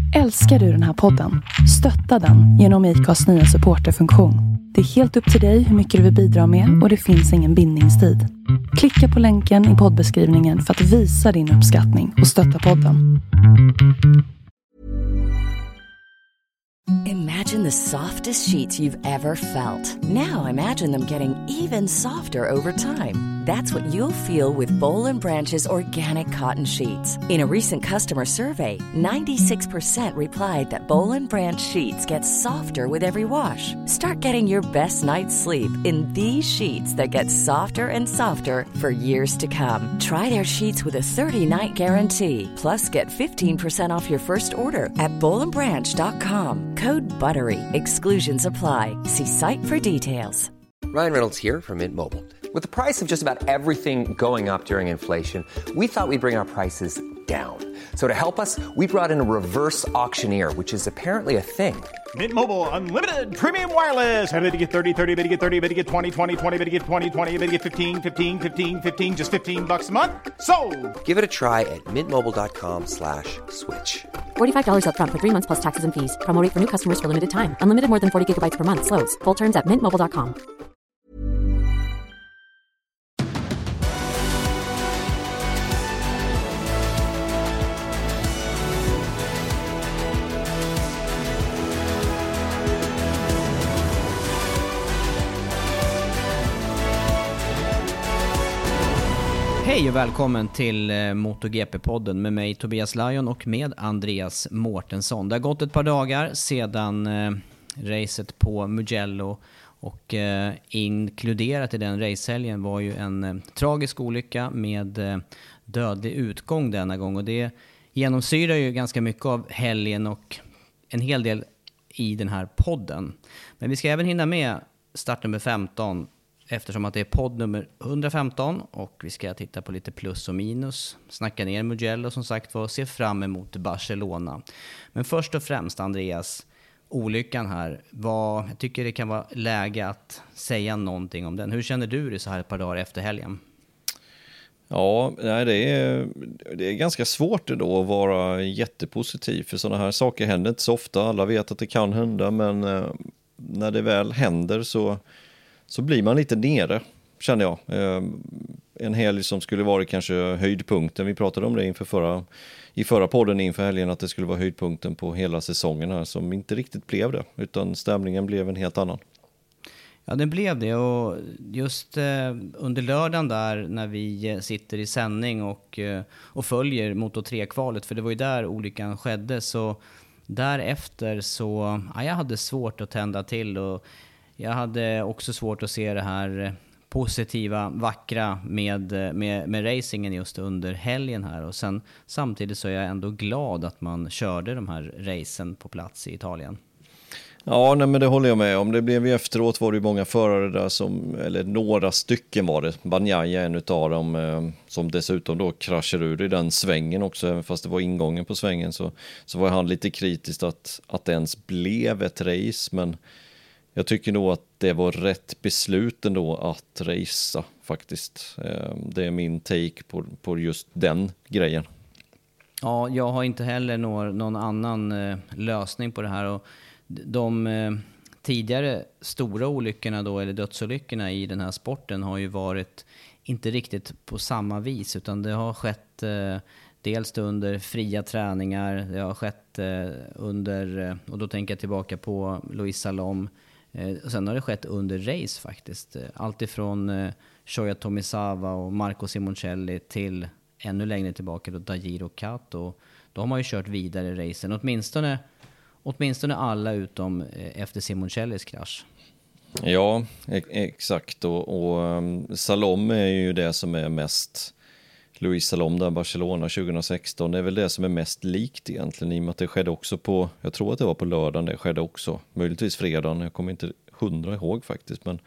Älskar du den här podden? Stötta den genom IKAs nya supporterfunktion. Det är helt upp till dig hur mycket du vill bidra med och det finns ingen bindningstid. Klicka på länken i poddbeskrivningen för att visa din uppskattning och stötta podden. Imagine the softest sheets you've ever felt. Now imagine them getting even softer over time. That's what you'll feel with Boll & Branch's organic cotton sheets. In a recent customer survey, 96% replied that Boll & Branch sheets get softer with every wash. Start getting your best night's sleep in these sheets that get softer and softer for years to come. Try their sheets with a 30-night guarantee. Plus, get 15% off your first order at bollandbranch.com. Code BUTTERY. Exclusions apply. See site for details. Ryan Reynolds here from Mint Mobile. With the price of just about everything going up during inflation, we thought we'd bring our prices down. So to help us, we brought in a reverse auctioneer, which is apparently a thing. Mint Mobile Unlimited Premium Wireless. How to get 30, 30, bit to get 30, bit to get 20, 20, 20, bit to get 20, 20, bit to get 15, 15, 15, 15, just $15 a month? Sold! Give it a try at mintmobile.com/switch. $45 up front for 3 months plus taxes and fees. Promo rate for new customers for limited time. Unlimited more than 40 gigabytes per month. Slows full terms at mintmobile.com. Hej och välkommen till MotoGP-podden med mig Tobias Lajon och med Andreas Mårtensson. Det har gått ett par dagar sedan racet på Mugello och inkluderat i den racehelgen var ju en tragisk olycka med dödlig utgång denna gång. Och det genomsyrar ju ganska mycket av helgen och en hel del i den här podden. Men vi ska även hinna med startnummer 15 eftersom att det är podd nummer 115 och vi ska titta på lite plus och minus, snacka ner Mugello som sagt och se fram emot Barcelona. Men först och främst Andreas, olyckan här, jag tycker det kan vara läge att säga någonting om den. Hur känner du det så här ett par dagar efter helgen? Ja, det är ganska svårt då att vara jättepositiv för sådana här saker händer inte så ofta. Alla vet att det kan hända men när det väl händer så blir man lite nere, känner jag. En helg som skulle vara kanske höjdpunkten. Vi pratade om det i förra podden inför helgen att det skulle vara höjdpunkten på hela säsongen här som inte riktigt blev det. Utan stämningen blev en helt annan. Ja, det blev det och just under lördagen där när vi sitter i sändning och följer Moto 3-kvalet, för det var ju där olyckan skedde, så därefter så jag hade svårt att tända till och jag hade också svårt att se det här positiva, vackra med racingen just under helgen här. Och sen samtidigt så är jag ändå glad att man körde de här racen på plats i Italien. Ja, nej, men det håller jag med om. Det blev ju efteråt var det ju många förare där eller några stycken var det. Bagnaia en utav dem som dessutom då kraschade ur i den svängen också. Även fast det var ingången på svängen så var han lite kritisk att det ens blev ett race. Men jag tycker nog att det var rätt beslut ändå att racea faktiskt. Det är min take på just den grejen. Ja, jag har inte heller någon annan lösning på det här. Och de tidigare stora olyckorna då, eller dödsolyckorna i den här sporten har ju varit inte riktigt på samma vis. Utan det har skett dels under fria träningar. Det har skett under, och då tänker jag tillbaka på Luis Salom. Och sen har det skett under race faktiskt. Allt ifrån Shoya Tomisawa och Marco Simoncelli till ännu längre tillbaka då Dajiro Kato. Då har man ju kört vidare racen. Åtminstone alla utom efter Simoncellis krasch. Ja, exakt. Och Salom är ju det som är mest Luis Salom där Barcelona 2016. Det är väl det som är mest likt egentligen i och med att det skedde också på, jag tror att det var på lördagen det skedde också. Möjligtvis fredagen, jag kommer inte 100 ihåg faktiskt, men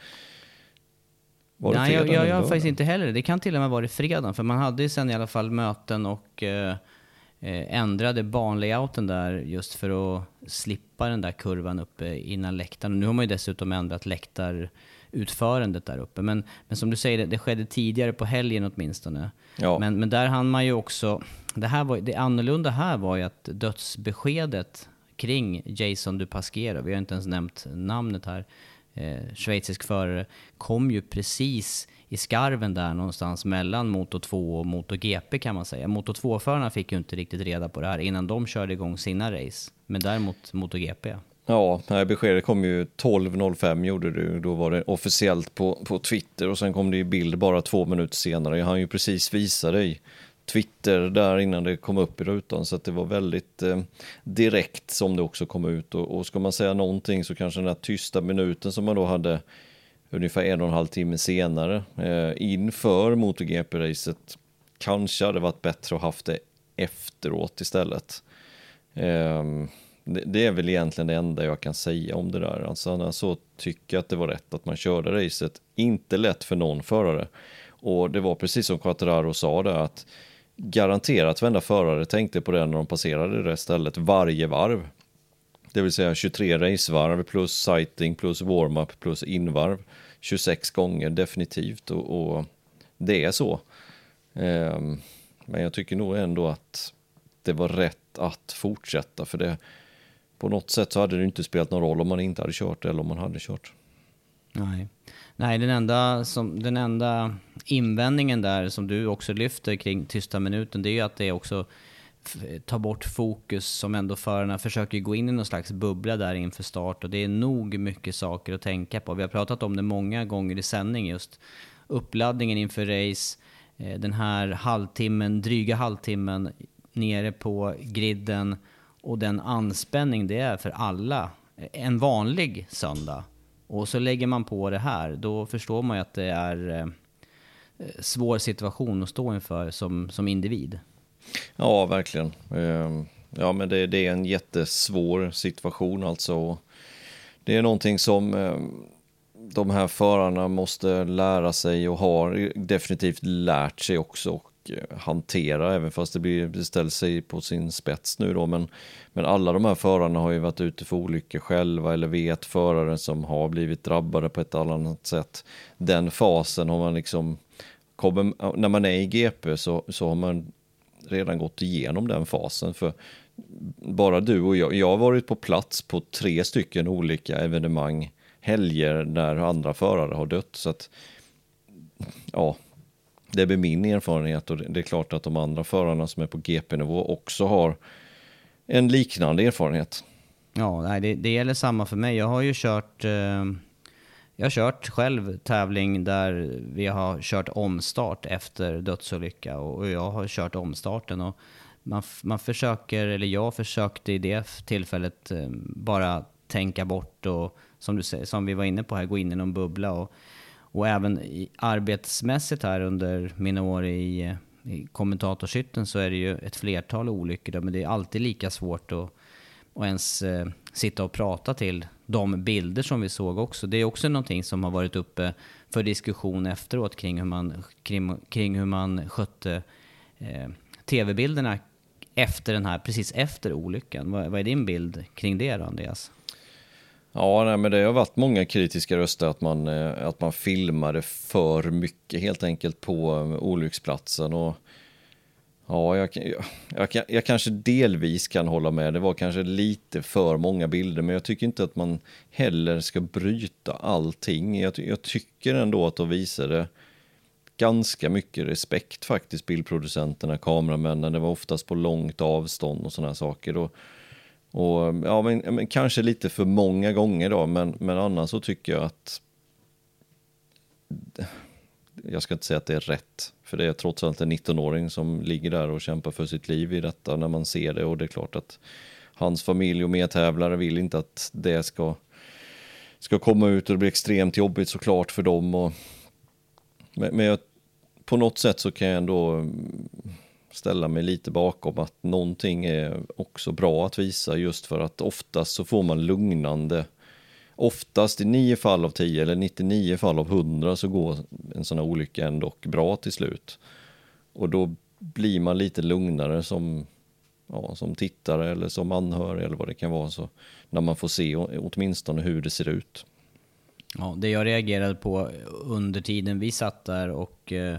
var det fredagen? Nej, jag har faktiskt inte heller. Det kan till och med vara fredagen, för man hade ju sen i alla fall möten och ändrade banlayouten där just för att slippa den där kurvan uppe innan läktaren. Nu har man ju dessutom ändrat läktarutförandet där uppe. Men som du säger, det skedde tidigare på helgen åtminstone. Ja. Men där hann man ju också det annorlunda här var ju att dödsbeskedet kring Jason Dupasquier, vi har inte ens nämnt namnet här, schweizisk förare, kom ju precis i skarven där någonstans mellan Moto 2 och Moto GP kan man säga. Moto 2-förarna fick ju inte riktigt reda på det här innan de körde igång sina race, men däremot Moto GP. Ja, det här beskedet kom ju 12.05 gjorde det, då var det officiellt på Twitter och sen kom det i bild bara 2 minuter senare. Jag hann ju precis visa dig Twitter där innan det kom upp i rutan, så att det var väldigt direkt som det också kom ut. Och ska man säga någonting så kanske den här tysta minuten som man då hade ungefär 1,5 timme senare inför MotoGP-racet kanske hade varit bättre att haft det efteråt istället. Det är väl egentligen det enda jag kan säga om det där. Alltså så tycker jag att det var rätt att man körde racet. Inte lätt för någon förare. Och det var precis som Quartararo sa där, att garanterat varenda förare tänkte på det när de passerade det stället varje varv. Det vill säga 23 racevarv plus sighting plus warm-up plus invarv. 26 gånger definitivt och det är så. Men jag tycker nog ändå att det var rätt att fortsätta, för det på något sätt så hade det inte spelat någon roll om man inte hade kört eller om man hade kört. Nej, den enda invändningen där som du också lyfter kring tysta minuten, det är ju att det också tar bort fokus, som ändå förarna försöker gå in i någon slags bubbla där inför start, och det är nog mycket saker att tänka på. Vi har pratat om det många gånger i sändning, just uppladdningen inför race, den här dryga halvtimmen nere på griden och den anspänning det är för alla en vanlig söndag. Och så lägger man på det här, då förstår man ju att det är svår situation att stå inför som individ. Ja, verkligen. Ja, men det är en jättesvår situation alltså. Det är någonting som de här förarna måste lära sig och har definitivt lärt sig också och hantera, även fast det ställs sig på sin spets nu då. Men alla de här förarna har ju varit ute för olyckor själva eller vet förare som har blivit drabbade på ett annat sätt. Den fasen har man liksom, när man är i GP så har man redan gått igenom den fasen. För bara du och jag har varit på plats på 3 stycken olika evenemang, helger när andra förare har dött. Så att ja, det är min erfarenhet, och det är klart att de andra förarna som är på GP-nivå också har en liknande erfarenhet. Ja, nej, det gäller samma för mig. Jag har ju kört själv tävling där vi har kört omstart efter dödsolycka, och jag har kört omstarten, och man försöker, eller jag försökte i det tillfället bara tänka bort och som du säger, som vi var inne på här, gå in i någon bubbla och även arbetsmässigt här under mina år i kommentatorshytten så är det ju ett flertal olyckor där, men det är alltid lika svårt att ens sitta och prata till de bilder som vi såg också. Det är också någonting som har varit uppe för diskussion efteråt kring hur man skötte tv-bilderna efter den här, precis efter olyckan. Vad är din bild kring det då, Andreas? Ja, nej, men det har varit många kritiska röster att man filmade för mycket helt enkelt på olycksplatsen, och ja, jag kanske delvis kan hålla med. Det var kanske lite för många bilder, men jag tycker inte att man heller ska bryta allting. Jag tycker ändå att de visade ganska mycket respekt faktiskt, bildproducenterna, kameramännen. Det var oftast på långt avstånd och sådana saker. Och ja, men kanske lite för många gånger då, men annars så tycker jag att jag ska inte säga att det är rätt, för det är trots allt en 19-åring som ligger där och kämpar för sitt liv i detta när man ser det, och det är klart att hans familj och medtävlare vill inte att det ska komma ut, och det blir extremt jobbigt såklart för dem. Men på något sätt så kan jag ändå ställa mig lite bakom att någonting är också bra att visa, just för att oftast så får man lugnande. Oftast i 9 fall av 10 eller 99 fall av 100 så går en sån här olycka ändå bra till slut. Och då blir man lite lugnare som tittare eller som anhörig eller vad det kan vara, så när man får se åtminstone hur det ser ut. Ja, det jag reagerade på under tiden vi satt där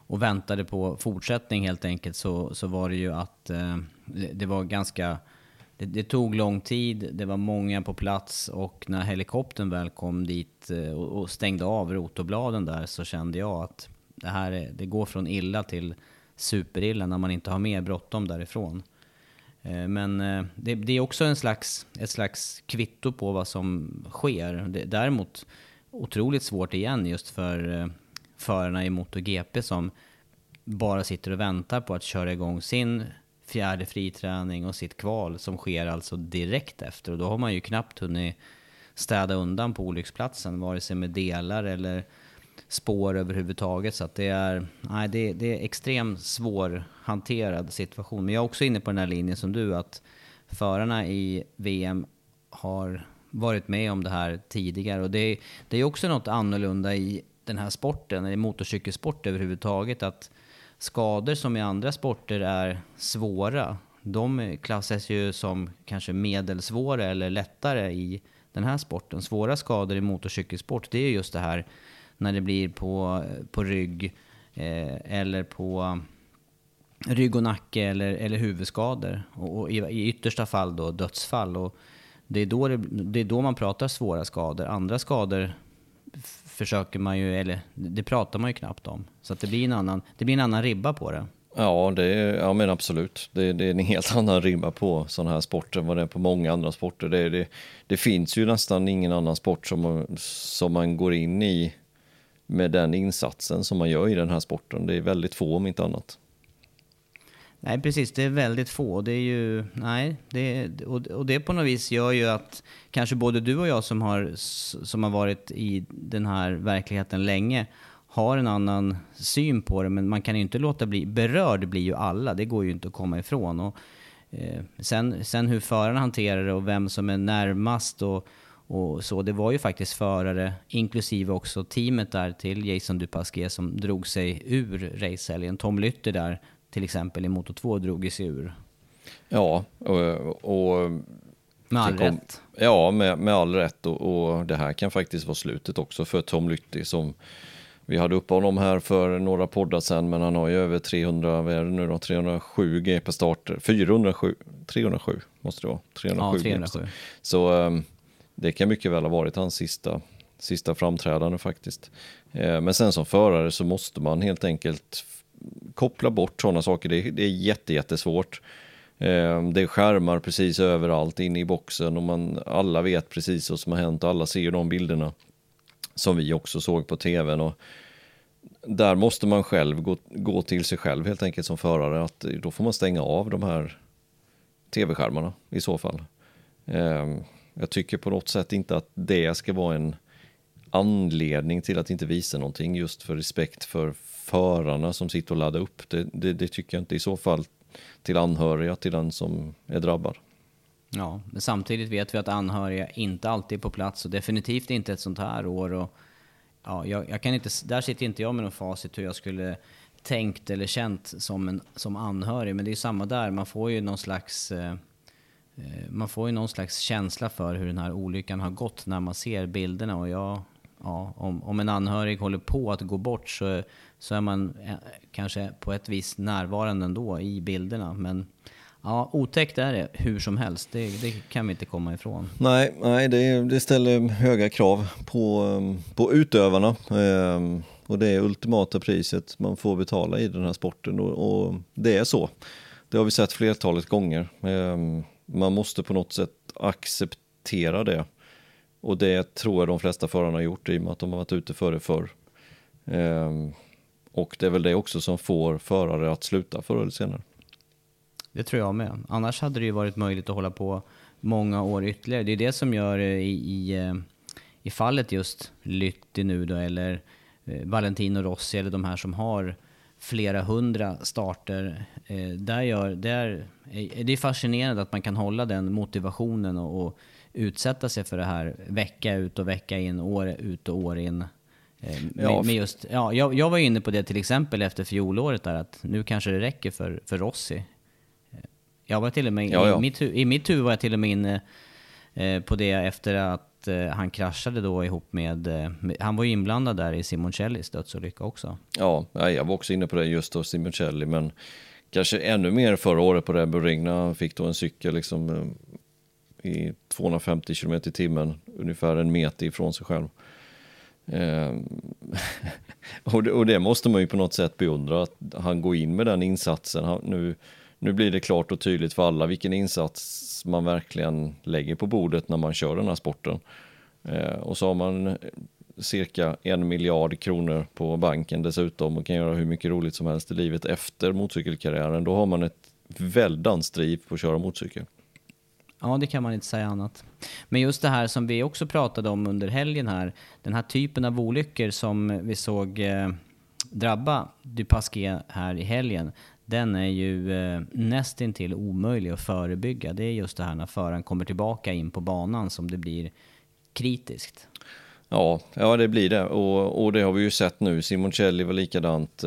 och väntade på fortsättning helt enkelt, så var det ju att det var ganska... Det tog lång tid, det var många på plats, och när helikoptern väl kom dit och stängde av rotorbladen där, så kände jag att det går från illa till superilla när man inte har mer bråttom därifrån. Men det är också ett slags kvitto på vad som sker. Däremot otroligt svårt igen just för förarna i MotoGP som bara sitter och väntar på att köra igång sin fjärde friträning och sitt kval som sker alltså direkt efter. Och då har man ju knappt hunnit städa undan på olycksplatsen, vare sig med delar eller spår överhuvudtaget. Så att det är extremt svårhanterad situation. Men jag är också inne på den här linjen som du, att förarna i VM har varit med om det här tidigare. Och det är också något annorlunda i den här sporten, i motorcykelsport överhuvudtaget, att skador som i andra sporter är svåra, de klassas ju som kanske medelsvåra eller lättare i den här sporten. Svåra skador i motorcykelsport, det är just det här när det blir på rygg eller på rygg och nacke eller huvudskador. Och i yttersta fall då dödsfall. Och det är då man pratar svåra skador. Andra skador försöker man ju, eller det pratar man ju knappt om. Så att det blir en annan ribba på det. Ja, men absolut. Det är en helt annan ribba på sådana här sporter än vad det är på många andra sporter. Det finns ju nästan ingen annan sport som man går in i med den insatsen som man gör i den här sporten. Det är väldigt få om inte annat. Nej, precis. Det är väldigt få. Det är ju, och det på något vis gör ju att kanske både du och jag som har varit i den här verkligheten länge har en annan syn på det, men man kan ju inte låta bli. Berörd blir ju alla, det går ju inte att komma ifrån. Och sen hur föraren hanterar det och vem som är närmast och så, det var ju faktiskt förare, inklusive också teamet där till Jason Dupasquier, som drog sig ur racehelgen. Tom Lytter där till exempel i Moto2 drog sig ur. Ja, och med all rätt. Ja, med all rätt, och det här kan faktiskt vara slutet också för Tom Lytter, som vi hade upp honom här för några poddar sedan, men han har ju över 307 GP-starter. 307 måste det vara. 307. Så det kan mycket väl ha varit hans sista framträdande faktiskt. Men sen som förare så måste man helt enkelt koppla bort sådana saker. Det är jättesvårt. Det är skärmar precis överallt inne i boxen, och alla vet precis vad som har hänt, och alla ser de bilderna som vi också såg på tvn, och där måste man själv gå till sig själv helt enkelt som förare, att då får man stänga av de här tv-skärmarna i så fall. Jag tycker på något sätt inte att det ska vara en anledning till att inte visa någonting, just för respekt för förarna som sitter och laddar upp. Det tycker jag inte, i så fall till anhöriga till den som är drabbad. Ja, men samtidigt vet vi att anhöriga inte alltid är på plats, och definitivt inte ett sånt här år. Och ja, jag kan inte, där sitter inte jag med någon facit hur jag skulle tänkt eller känt som anhörig, men det är samma där. Man får ju någon slags känsla för hur den här olyckan har gått när man ser bilderna. Och om en anhörig håller på att gå bort så är man kanske på ett vis närvarande ändå i bilderna. Men ja, otäckt är det hur som helst. Det kan vi inte komma ifrån. Nej, det ställer höga krav på utövarna. Och det är ultimata priset man får betala i den här sporten. Och det är så. Det har vi sett flertalet gånger. Man måste på något sätt acceptera det. Och det tror jag de flesta förarna har gjort, i och med att de har varit ute för det förr. Och det är väl det också som får förare att sluta förr eller senare. Det tror jag med. Annars hade det ju varit möjligt att hålla på många år ytterligare. Det är det som gör i fallet just Lytti nu då, eller Valentino Rossi, eller de här som har flera hundra starter. Det är fascinerande att man kan hålla den motivationen och utsätta sig för det här vecka ut och vecka in, år ut och år in. Jag var inne på det till exempel efter fjolåret där, att nu kanske det räcker för Rossi. Jag var till och med i mitt huvud var jag till och med inne på det efter att att han kraschade då ihop med han var ju inblandad där i Simoncellis dödsolycka också. Ja, jag var också inne på det just då, Simoncelli, men kanske ännu mer förra året på Red Bull Ring när han fick då en cykel liksom i 250 km i timmen, ungefär en meter ifrån sig själv. Och det måste man ju på något sätt beundra, att han går in med den insatsen. Nu blir det klart och tydligt för alla vilken insats man verkligen lägger på bordet när man kör den här sporten. Och så har man cirka 1 miljard kronor på banken dessutom och kan göra hur mycket roligt som helst i livet efter motorcykelkarriären. Då har man ett väldans driv på att köra motorcykel. Ja, det kan man inte säga annat. Men just det här som vi också pratade om under helgen här, den här typen av olyckor som vi såg drabba Dupasquier här i helgen, den är ju nästintill omöjlig att förebygga. Det är just det här när föraren kommer tillbaka in på banan som det blir kritiskt. Ja, det blir det. Och det har vi ju sett nu. Simoncelli var likadant.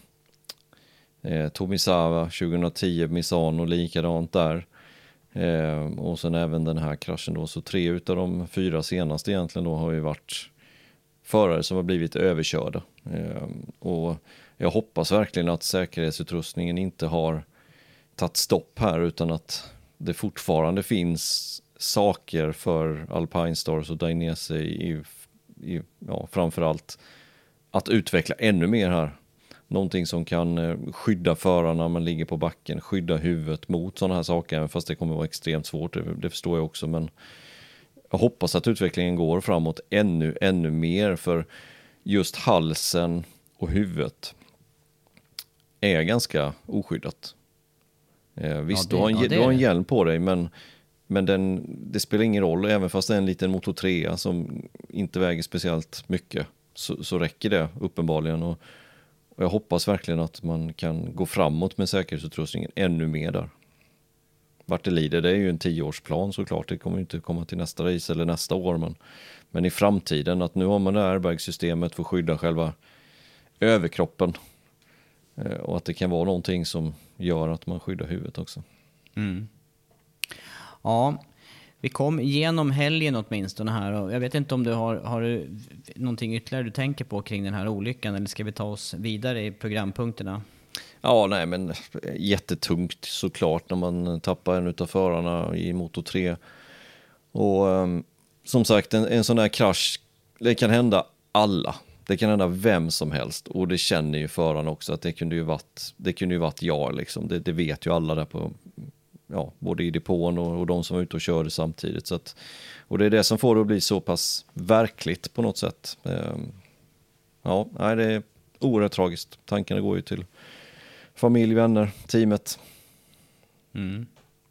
Tomisawa 2010, Misano likadant där. Och sen även den här kraschen då. Så 3 utav de 4 senaste egentligen då har ju varit förare som har blivit överkörda. Och jag hoppas verkligen att säkerhetsutrustningen inte har tagit stopp här, utan att det fortfarande finns saker för Alpine Stars och Dainese i framförallt att utveckla ännu mer här. Någonting som kan skydda förarna när man ligger på backen, skydda huvudet mot sådana här saker, även fast det kommer vara extremt svårt, det förstår jag också, men jag hoppas att utvecklingen går framåt ännu mer, för just halsen och huvudet är ganska oskyddat. Visst, du har en hjälm på dig, men det spelar ingen roll, även fast det är en liten Moto 3 som inte väger speciellt mycket, så räcker det uppenbarligen. Och jag hoppas verkligen att man kan gå framåt med säkerhetsutrustningen ännu mer där. Vart det lider, det är ju en 10-årsplan såklart. Det kommer ju inte komma till nästa race eller nästa år. Men i framtiden, att nu har man det här airbag-systemet för att skydda själva överkroppen. Och att det kan vara någonting som gör att man skyddar huvudet också. Mm. Ja, vi kom igenom helgen åtminstone här. Och jag vet inte om du har du någonting ytterligare du tänker på kring den här olyckan, eller ska vi ta oss vidare i programpunkterna? Ja, nej, men jättetungt såklart när man tappar en utav förarna i Moto 3. Och som sagt, en sån här krasch, det kan hända alla. Det kan hända vem som helst, och det känner ju förarna också att det kunde ju varit jag liksom. Det vet ju alla där på, både i depån och de som var ute och körde samtidigt. Så att, och det är det som får det att bli så pass verkligt på något sätt. Det är oerhört tragiskt. Tankarna går ju till familj, vänner, teamet. Mm.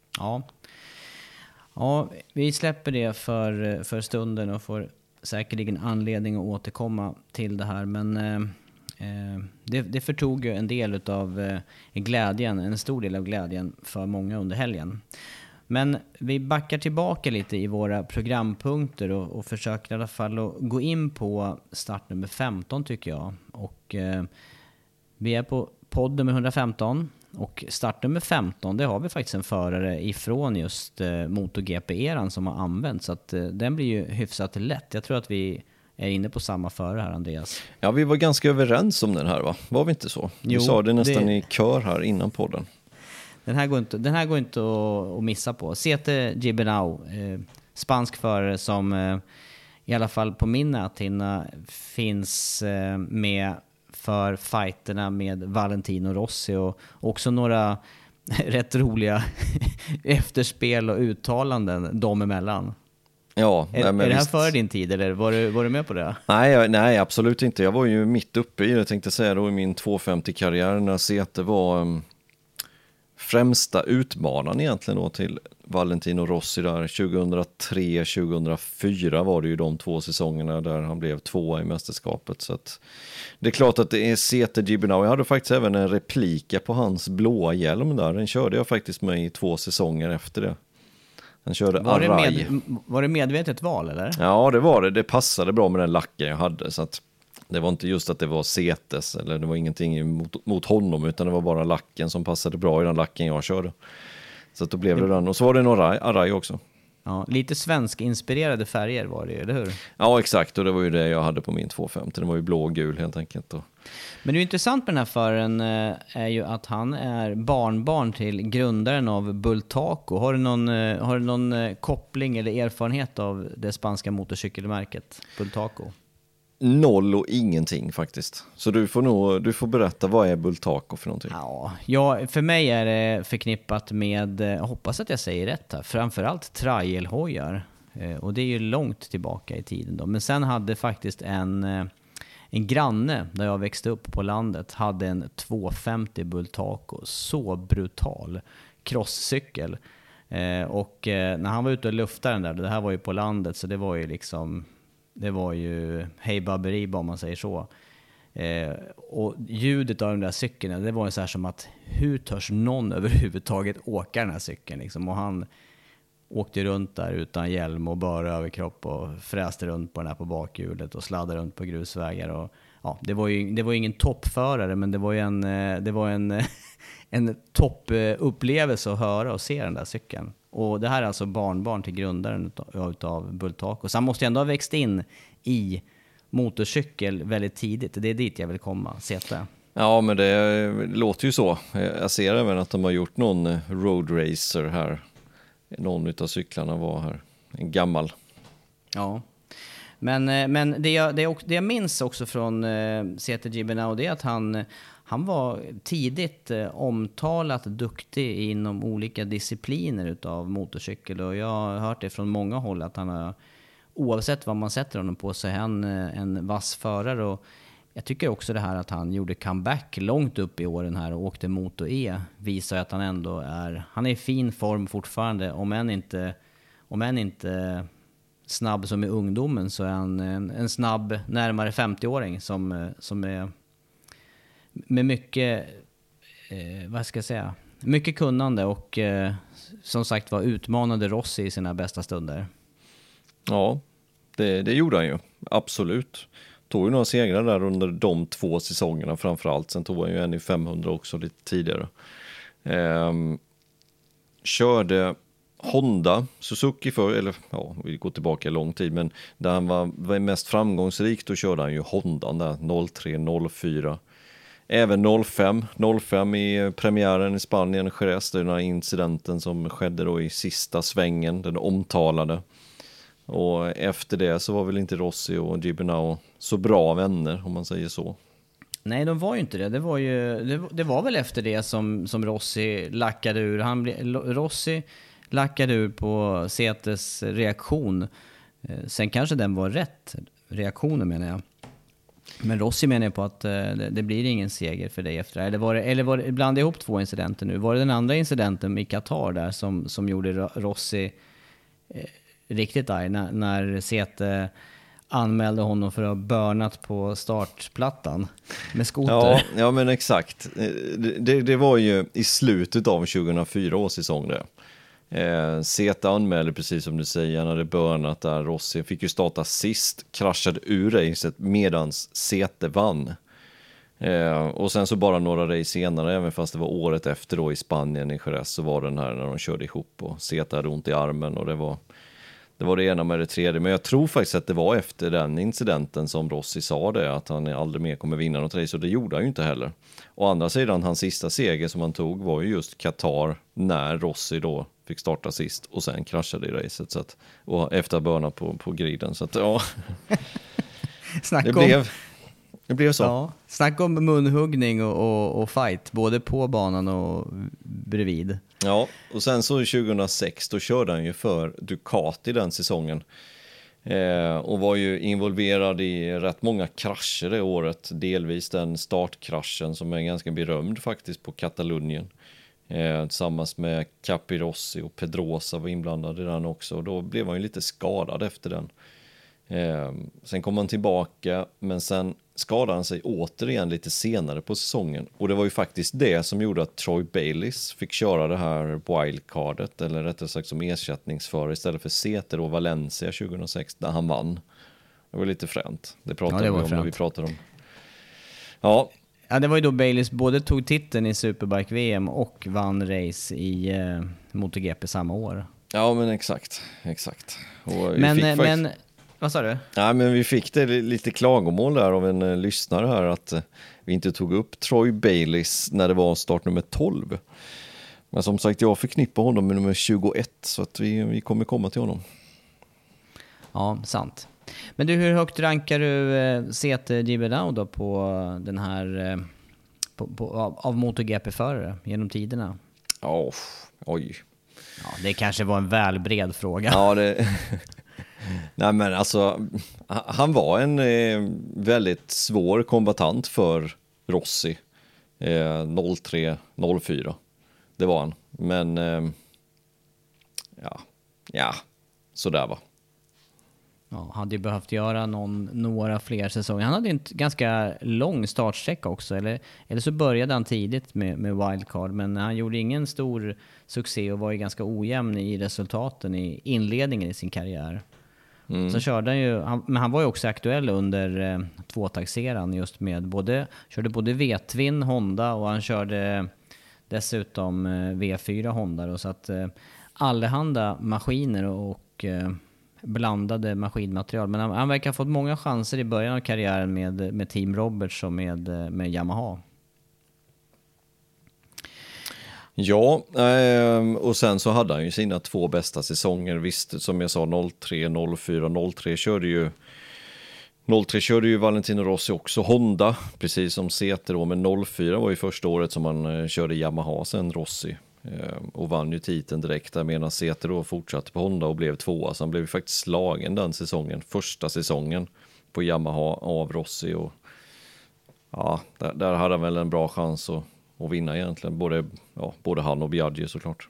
Ja, vi släpper det för stunden och får säkerligen anledning att återkomma till det här. Men det förtog ju en del av glädjen, en stor del av glädjen för många under helgen. Men vi backar tillbaka lite i våra programpunkter och försöker i alla fall att gå in på startnummer 15 tycker jag. Och vi är på podd nummer 115 och startnummer 15, det har vi faktiskt en förare ifrån just MotoGP-eran som har använt, så att den blir ju hyfsat lätt. Jag tror att vi är inne på samma förare här, Andreas. Ja, vi var ganska överens om den här, va? Var vi inte så? Vi sa det nästan i kör här innan podden. Den här går inte att missa på. Sete Gibernau, spansk förare som i alla fall på min näthinna finns med för fighterna med Valentino Rossi och också några rätt roliga efterspel och uttalanden dem emellan. Ja, är det här före din tid eller var du med på det? Nej, absolut inte. Jag var ju mitt uppe i det, tänkte säga då, i min 250-karriär när Sete var främsta utmanaren egentligen då till Valentino Rossi där 2003-2004 var det ju de 2 säsongerna där han blev 2 i mästerskapet, så att det är klart att det är Sete Gibernau. Jag hade faktiskt även en replika på hans blåa hjälm där, den körde jag faktiskt med i 2 säsonger efter det. Han körde Arai. Var det medvetet val eller? Ja, det var det. Det passade bra med den lacken jag hade, så att det var inte just att det var Setes eller det var ingenting mot honom, utan det var bara lacken som passade bra i den lacken jag körde. Så att då blev det den. Och så var det en Arai också. Ja, lite svensk-inspirerade färger var det, eller hur? Ja, exakt. Och det var ju det jag hade på min 250. Den var ju blå och gul helt enkelt. Men det är intressant med den här föraren är ju att han är barnbarn till grundaren av Bultaco. Har du någon koppling eller erfarenhet av det spanska motorcykelmärket Bultaco? Noll och ingenting faktiskt. Så du får berätta, vad är Bultaco för någonting? Ja, för mig är det förknippat med, jag hoppas att jag säger rätt här, framförallt trialhojar. Och det är ju långt tillbaka i tiden då. Men sen hade faktiskt en granne där jag växte upp på landet hade en 250 Bultaco. Så brutal crosscykel. Och när han var ute och luftade den där, det här var ju på landet, så det var ju liksom... Det var ju hej babberi, om man säger så. Och ljudet av den där cykeln, det var ju så här som att hur törs någon överhuvudtaget åka den här cykeln liksom? Och han åkte runt där utan hjälm och bara överkropp och fräste runt på den här på bakhjulet och sladdade runt på grusvägar. Och, ja, det var ju ingen toppförare, men det var en toppupplevelse att höra och se den där cykeln. Och det här är alltså barnbarn till grundaren utav Bultaco. Så han måste ju ändå ha växt in i motorcykel väldigt tidigt. Det är dit jag vill komma, Zeta. Ja, men det låter ju så. Jag ser även att de har gjort någon road racer här. Någon utav cyklarna var här. En gammal. Ja. Men det jag minns också från Zeta Gibernau, det är att han var tidigt omtalat duktig inom olika discipliner utav motorcykel. Och jag har hört det från många håll att han har, oavsett vad man sätter honom på, så är han en vass förare. Och jag tycker också det här att han gjorde comeback långt upp i åren här och åkte Moto E visar att han ändå är i fin form fortfarande. Om än inte snabb som i ungdomen, så är han en snabb närmare 50-åring som är med mycket, vad ska jag säga, mycket kunnande och som sagt var utmanade Rossi i sina bästa stunder. Ja, det gjorde han ju, absolut. Tog ju några segrar där under de 2 säsongerna framförallt. Sen tog han ju en i 500 också lite tidigare. Körde Honda, Suzuki vi går tillbaka lång tid, men där han var mest framgångsrik, då körde han ju Honda där 03, 04. Även 05 i premiären i Spanien, Jerez, den här incidenten som skedde då i sista svängen, den omtalade. Och efter det så var väl inte Rossi och Gibernau så bra vänner, om man säger så. Nej, de var ju inte det. Det var väl efter det som Rossi lackade ur. Rossi lackade ur på Zetas reaktion. Sen kanske den var rätt, reaktionen menar jag. Men Rossi menar på att det blir ingen seger för dig efter det. Eller var det blandade ihop 2 incidenter nu? Var det den andra incidenten i Qatar där som gjorde Rossi riktigt arg när Zeta anmälde honom för att ha börnat på startplattan med skoter? Ja, men exakt. Det var ju i slutet av 2004 års säsong det. Zeta anmälde, precis som du säger, han hade börnat där. Rossi fick ju starta sist, kraschade ur racet medans Zeta vann. Och sen så bara några race senare, även fast det var året efter då i Spanien i Jerez, så var den här när de körde ihop och Zeta hade ont i armen och det var det ena med det tredje. Men jag tror faktiskt att det var efter den incidenten som Rossi sa det, att han aldrig mer kommer vinna något race, och det gjorde han ju inte heller. Å andra sidan, hans sista seger som han tog var ju just Qatar, när Rossi då fick starta sist och sen kraschade i racet, så att, och efter börna på griden, så att ja. Det blev så. Ja, snacka om munhuggning och fight, både på banan och bredvid. Ja, och sen så 2006 då körde han ju för Ducati den säsongen. Och var ju involverad i rätt många krascher det året. Delvis den startkraschen som är ganska berömd faktiskt på Katalonien. Tillsammans med Capirossi och Pedrosa var inblandade i den också. Och då blev han ju lite skadad efter den. Sen kom han tillbaka, men sen skadade han sig återigen lite senare på säsongen. Och det var ju faktiskt det som gjorde att Troy Bayliss fick köra det här wildcardet, eller rättare sagt som ersättningsförare istället för Zeter och Valencia 2006 där han vann. Det var lite fränt. Det pratade vi om när vi pratade om. Ja, det var ju då Bayliss både tog titeln i Superbike VM och vann race i MotoGP samma år. Ja, men exakt. Och Men vad sa du? Ja, men vi fick det lite klagomål där av en lyssnare här att vi inte tog upp Troy Bayliss när det var startnummer 12. Men som sagt, jag förknippar honom med nummer 21, så att vi kommer komma till honom. Ja, sant. Men du, hur högt rankar du CT Gibernau då på den här av MotoGP-förare genom tiderna? Oj. Ja, det kanske var en väl bred fråga. Ja, nej, men alltså, han var en väldigt svår kombatant för Rossi 03-04. Det var han. Men ja, sådär va. Ja, hade ju behövt göra några fler säsonger. Han hade en ganska lång startsträcka också. Eller så började han tidigt med wildcard. Men han gjorde ingen stor succé och var ju ganska ojämn i resultaten i inledningen i sin karriär. Så körde han ju, men han var ju också aktuell under tvåtaxeran just med körde både V-Twin Honda och han körde dessutom V4 Honda. Så att allehanda maskiner och blandade maskinmaterial. Men han verkar ha fått många chanser i början av karriären med Team Roberts och med Yamaha. Ja, och sen så hade han ju sina 2 bästa säsonger. Visst, som jag sa, 03, 04, 03 körde ju Valentino Rossi också Honda, precis som CT då. Men 04 var ju första året som han körde Yamaha sen Rossi. Och vann ju titeln direkt där, medan CT då fortsatte på Honda och blev 2. Så han blev faktiskt slagen den säsongen, första säsongen på Yamaha av Rossi. Och ja, där hade han väl en bra chans att vinna egentligen, både han och Biaggi såklart.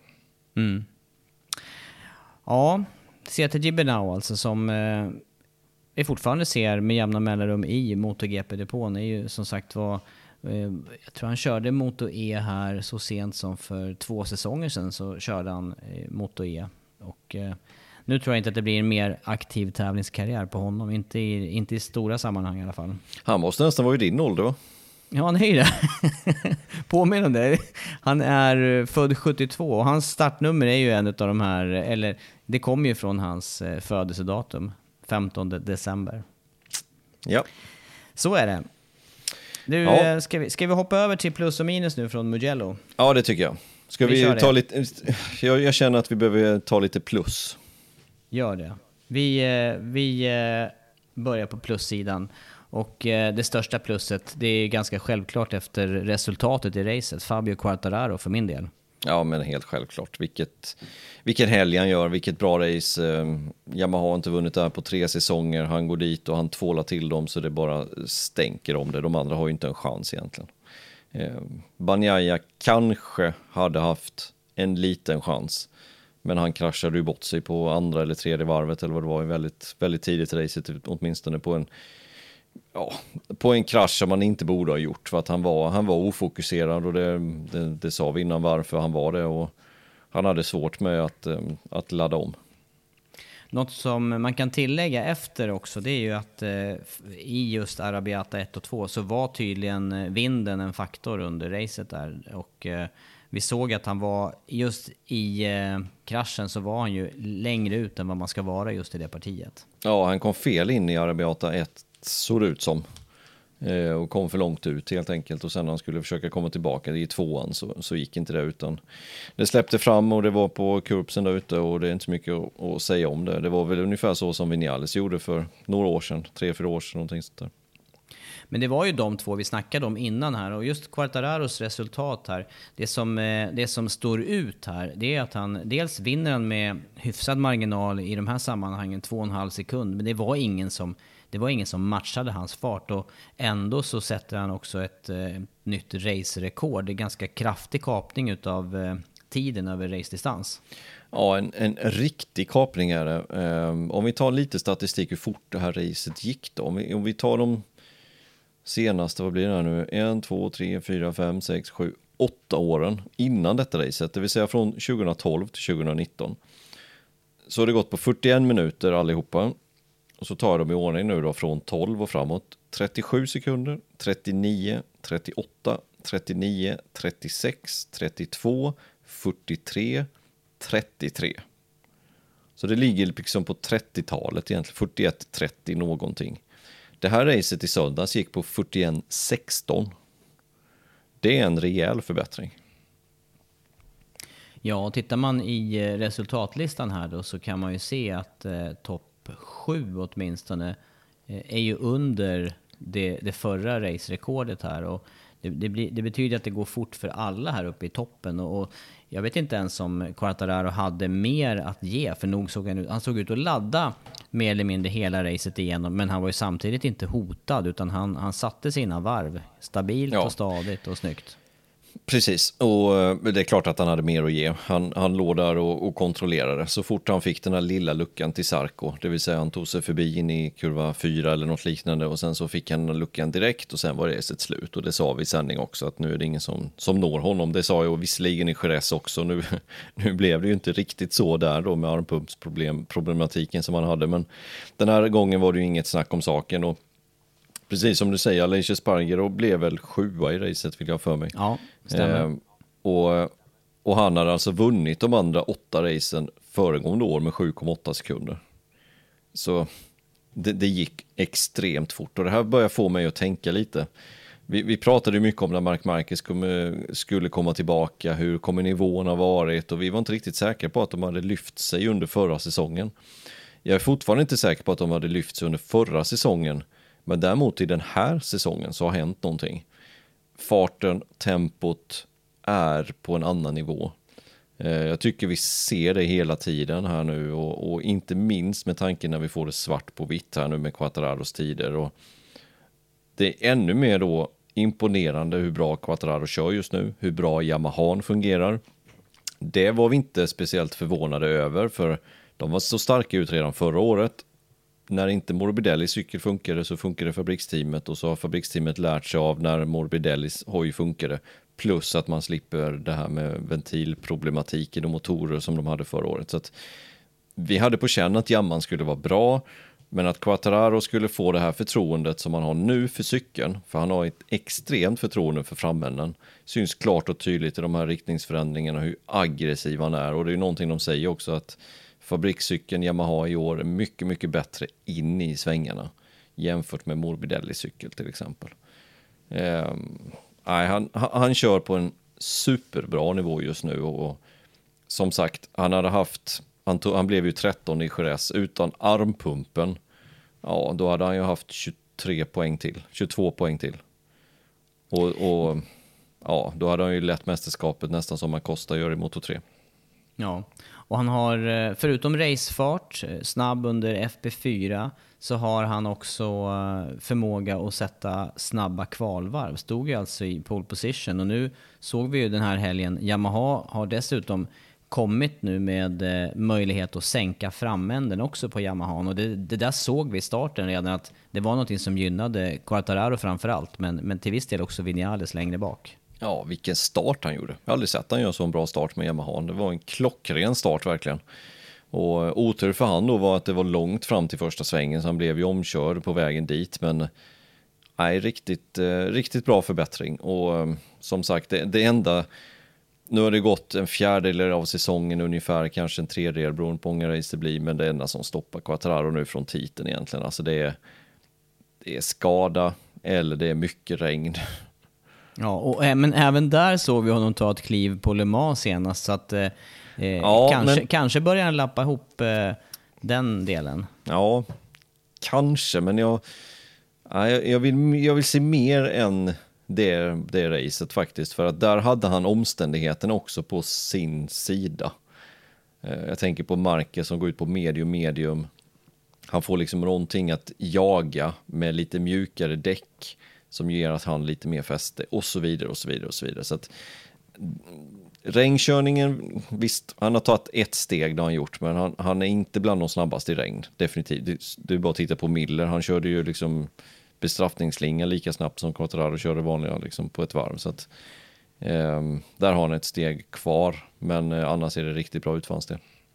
Ja, CT Gibernau alltså, som vi fortfarande ser med jämna mellanrum i MotoGP-depån, är ju som sagt jag tror han körde Moto E här så sent som för 2 säsonger sedan, så körde han Moto E. Och nu tror jag inte att det blir en mer aktiv tävlingskarriär på honom, inte i stora sammanhang i alla fall. Han måste nästan vara i din ålder, va? Ja, han är ju det. Påminner om det. Han är född 72 och hans startnummer är ju en av de här, eller det kommer ju från hans födelsedatum, 15 december. Ja. Så är det. Du, ska vi hoppa över till plus och minus nu från Mugello? Ja, det tycker jag. Ska vi ta lite, jag känner att vi behöver ta lite plus. Gör det. Vi börjar på plussidan. Och det största plusset, det är ganska självklart efter resultatet i racet. Fabio Quartararo för min del. Ja, men helt självklart. Vilken helg han gör, vilket bra race. Yamaha har inte vunnit där på 3 säsonger. Han går dit och han tvålar till dem så det bara stänker om det. De andra har ju inte en chans egentligen. Bagnaia kanske hade haft en liten chans. Men han kraschade ju bort sig på andra eller tredje varvet eller vad det var, väldigt, väldigt tidigt i racet, åtminstone på en krasch som man inte borde ha gjort, för att han var ofokuserad, och det sa vi innan varför han var det, och han hade svårt med att ladda om. Något som man kan tillägga efter också, det är ju att i just Arrabbiata 1 och 2 så var tydligen vinden en faktor under racet där, och vi såg att han var just i kraschen, så var han ju längre ut än vad man ska vara just i det partiet. Ja, han kom fel in i Arrabbiata 1, såg ut som, och kom för långt ut helt enkelt, och sen när han skulle försöka komma tillbaka i 2:an så gick inte det, utan det släppte fram och det var på kurbsen där ute, och det är inte så mycket att säga om det. Det var väl ungefär så som Vinales gjorde för några år sedan, 3-4 år sedan, någonting sånt där. Men det var ju de 2 vi snackade om innan här, och just Quartararos resultat här, det som står ut här, det är att han dels vinner han med hyfsad marginal i de här sammanhangen, 2,5 sekund, men det var ingen som matchade hans fart, och ändå så sätter han också ett nytt racerekord. Det är ganska kraftig kapning utav tiden över racedistans. Ja, en riktig kapning är det. Om vi tar lite statistik hur fort det här racet gick då. Om vi tar de senaste, vad blir det här nu? 1, 2, 3, 4, 5, 6, 7, 8 åren innan detta racet, det vill säga från 2012 till 2019. Så har det gått på 41 minuter allihopa. Och så tar de i ordning nu då från 12 och framåt. 37 sekunder, 39, 38, 39, 36, 32, 43, 33. Så det ligger liksom på 30-talet egentligen, 41-30 någonting. Det här racet i söndags gick på 41-16. Det är en rejäl förbättring. Ja, tittar man i resultatlistan här då så kan man ju se att topp 7 åtminstone är ju under det förra racerekordet här. Och det betyder att det går fort för alla här uppe i toppen. Och jag vet inte ens om Quartararo hade mer att ge, för nog han såg ut att ladda mer eller mindre hela racet igenom, men han var ju samtidigt inte hotad, utan han satte sina varv stabilt och stadigt och snyggt. Precis, och det är klart att han hade mer att ge. Han låg där och kontrollerade. Så fort han fick den här lilla luckan till Zarco, det vill säga han tog sig förbi in i kurva 4 eller något liknande, och sen så fick han den luckan direkt och sen var det ett slut. Och det sa vi i sändning också, att nu är det ingen som når honom. Det sa jag visserligen i Jerez också. Nu blev det ju inte riktigt så där då med armpumpsproblematiken som han hade, men den här gången var det ju inget snack om saken. Och precis som du säger, Aleix Espargaro blev väl 7:a i racet, vill jag för mig. Ja, stämmer. Och han hade alltså vunnit de andra 8 racen föregående år med 7,8 sekunder. Så det gick extremt fort. Och det här börjar få mig att tänka lite. Vi pratade ju mycket om när Marc Marquez skulle komma tillbaka. Hur kommer nivån ha varit? Och vi var inte riktigt säkra på att de hade lyft sig under förra säsongen. Jag är fortfarande inte säker på att de hade lyft sig under förra säsongen. Men däremot i den här säsongen så har hänt någonting. Farten, tempot är på en annan nivå. Jag tycker vi ser det hela tiden här nu, och inte minst med tanken när vi får det svart på vitt här nu med Quartararos tider. Och det är ännu mer då imponerande hur bra Quartararo kör just nu, hur bra Yamaha fungerar. Det var vi inte speciellt förvånade över, för de var så starka ut redan förra året. När inte Morbidellis cykel funkade så funkade fabriksteamet, och så har fabriksteamet lärt sig av när Morbidellis hoj funkade. Plus att man slipper det här med ventilproblematiken och motorer som de hade förra året. Så att vi hade på känn att Yamaha skulle vara bra, men att Quartararo skulle få det här förtroendet som han har nu för cykeln, för han har ett extremt förtroende för framänden, syns klart och tydligt i de här riktningsförändringarna hur aggressiv han är. Och det är ju någonting de säger också, att fabrikscykeln Yamaha i år är mycket, mycket bättre in i svängarna jämfört med Morbidellis cykel till exempel. Han kör på en superbra nivå just nu, och som sagt, han blev ju 13 i Jerez utan armpumpen. Ja, då hade han ju haft 22 poäng till. Och ja, då hade han ju lett mästerskapet nästan som Acosta gör i Moto3. Ja, och han har, förutom racefart, snabb under FP4, så har han också förmåga att sätta snabba kvalvarv. Stod ju alltså i pole position, och nu såg vi ju den här helgen, Yamaha har dessutom kommit nu med möjlighet att sänka framänden också på Yamaha, och det där såg vi i starten redan, att det var något som gynnade Quartararo framförallt, men till viss del också Vinales längre bak. Ja, vilken start han gjorde. Jag har aldrig sett han göra så en bra start med Yamaha. Det var en klockren start verkligen. Och otur för han då var att det var långt fram till första svängen, så han blev ju omkörd på vägen dit. Men nej, riktigt bra förbättring. Och som sagt, det enda... Nu har det gått en fjärdedel av säsongen ungefär, kanske en tredjedel beroende på hur många race det blir, men det enda som stoppar Quartararo nu från titeln egentligen. Alltså det är skada eller det är mycket regn. Ja, men även där såg vi honom ta ett kliv på Le Mans senast, så att kanske börjar han lappa ihop den delen. Ja, kanske, men jag vill se mer än det racet faktiskt, för att där hade han omständigheten också på sin sida. Jag tänker på Marquez som går ut på medium. Han får liksom någonting att jaga med lite mjukare däck som ger att han lite mer fäste och så vidare. Så att regnkörningen, visst, han har tagit ett steg det han gjort, men han är inte bland de snabbaste i regn, definitivt. Du bara titta på Miller, han körde ju liksom bestraffningsslinga lika snabbt som Quartararo körde vanliga liksom på ett varv, så att där har han ett steg kvar, men annars är det riktigt bra utfallssteg.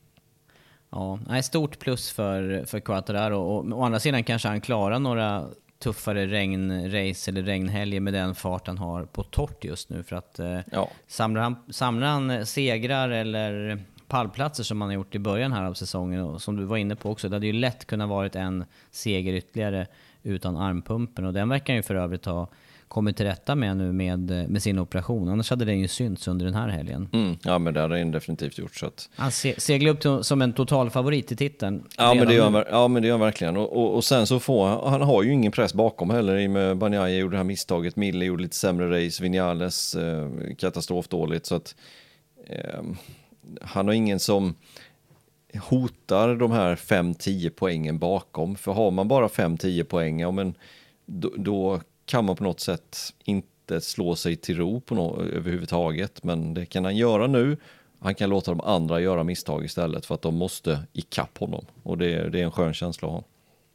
Ja, stort plus för Quartararo, och å andra sidan kanske han klarar några tuffare regnrace eller regnhelger med den fart han har på torrt just nu, för att samlar han segrar eller pallplatser som man har gjort i början här av säsongen, och som du var inne på också, det hade ju lätt kunnat varit en seger ytterligare utan armpumpen, och den verkar ju för övrigt ha kommit till rätta med nu med sin operation. Annars hade den ju synts under den här helgen. Ja, men det har den definitivt gjort. Så att... Han seglar upp som en total favorit i titeln. Ja, men det gör han verkligen. Och sen så han har ju ingen press bakom heller. I med Bagnaia gjorde det här misstaget, Mille gjorde lite sämre race, Vinales katastrofdåligt. Så att han har ingen som hotar de här 5-10 poängen bakom. För har man bara 5-10 poäng, men då kan man på något sätt inte slå sig till ro överhuvudtaget. Men det kan han göra nu. Han kan låta de andra göra misstag istället för att de måste ikapp honom. Och det är en skön känsla att ha.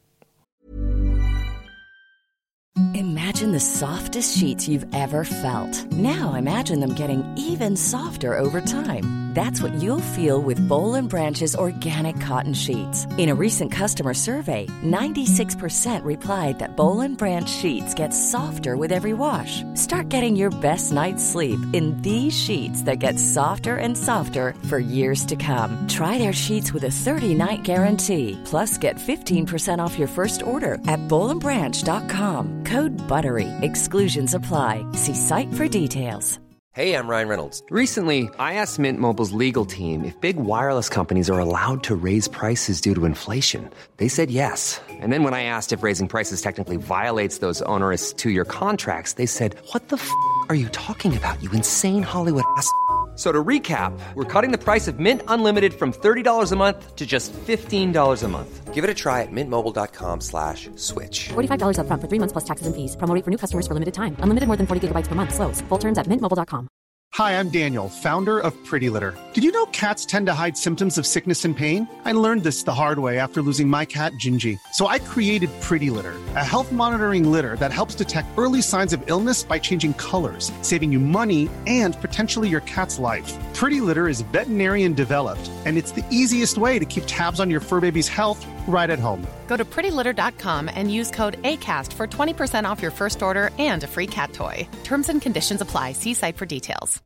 Imagine the softest sheets you've ever felt. Now imagine them getting even softer over time. That's what you'll feel with Boll & Branch's organic cotton sheets. In a recent customer survey, 96% replied that Boll & Branch sheets get softer with every wash. Start getting your best night's sleep in these sheets that get softer and softer for years to come. Try their sheets with a 30-night guarantee. Plus, get 15% off your first order at bollandbranch.com. Code BUTTERY. Exclusions apply. See site for details. Hey, I'm Ryan Reynolds. Recently, I asked Mint Mobile's legal team if big wireless companies are allowed to raise prices due to inflation. They said yes. And then when I asked if raising prices technically violates those onerous 2-year contracts, they said, "What the f*** are you talking about, you insane Hollywood ass?" So to recap, we're cutting the price of Mint Unlimited from $30 a month to just $15 a month. Give it a try at mintmobile.com/switch. $45 up front for 3 months plus taxes and fees. Promo rate for new customers for limited time. Unlimited more than 40 gigabytes per month. Slows full terms at mintmobile.com. Hi, I'm Daniel, founder of Pretty Litter. Did you know cats tend to hide symptoms of sickness and pain? I learned this the hard way after losing my cat, Gingy. So I created Pretty Litter, a health monitoring litter that helps detect early signs of illness by changing colors, saving you money and potentially your cat's life. Pretty Litter is veterinarian developed, and it's the easiest way to keep tabs on your fur baby's health right at home. Go to prettylitter.com and use code ACAST for 20% off your first order and a free cat toy. Terms and conditions apply. See site for details.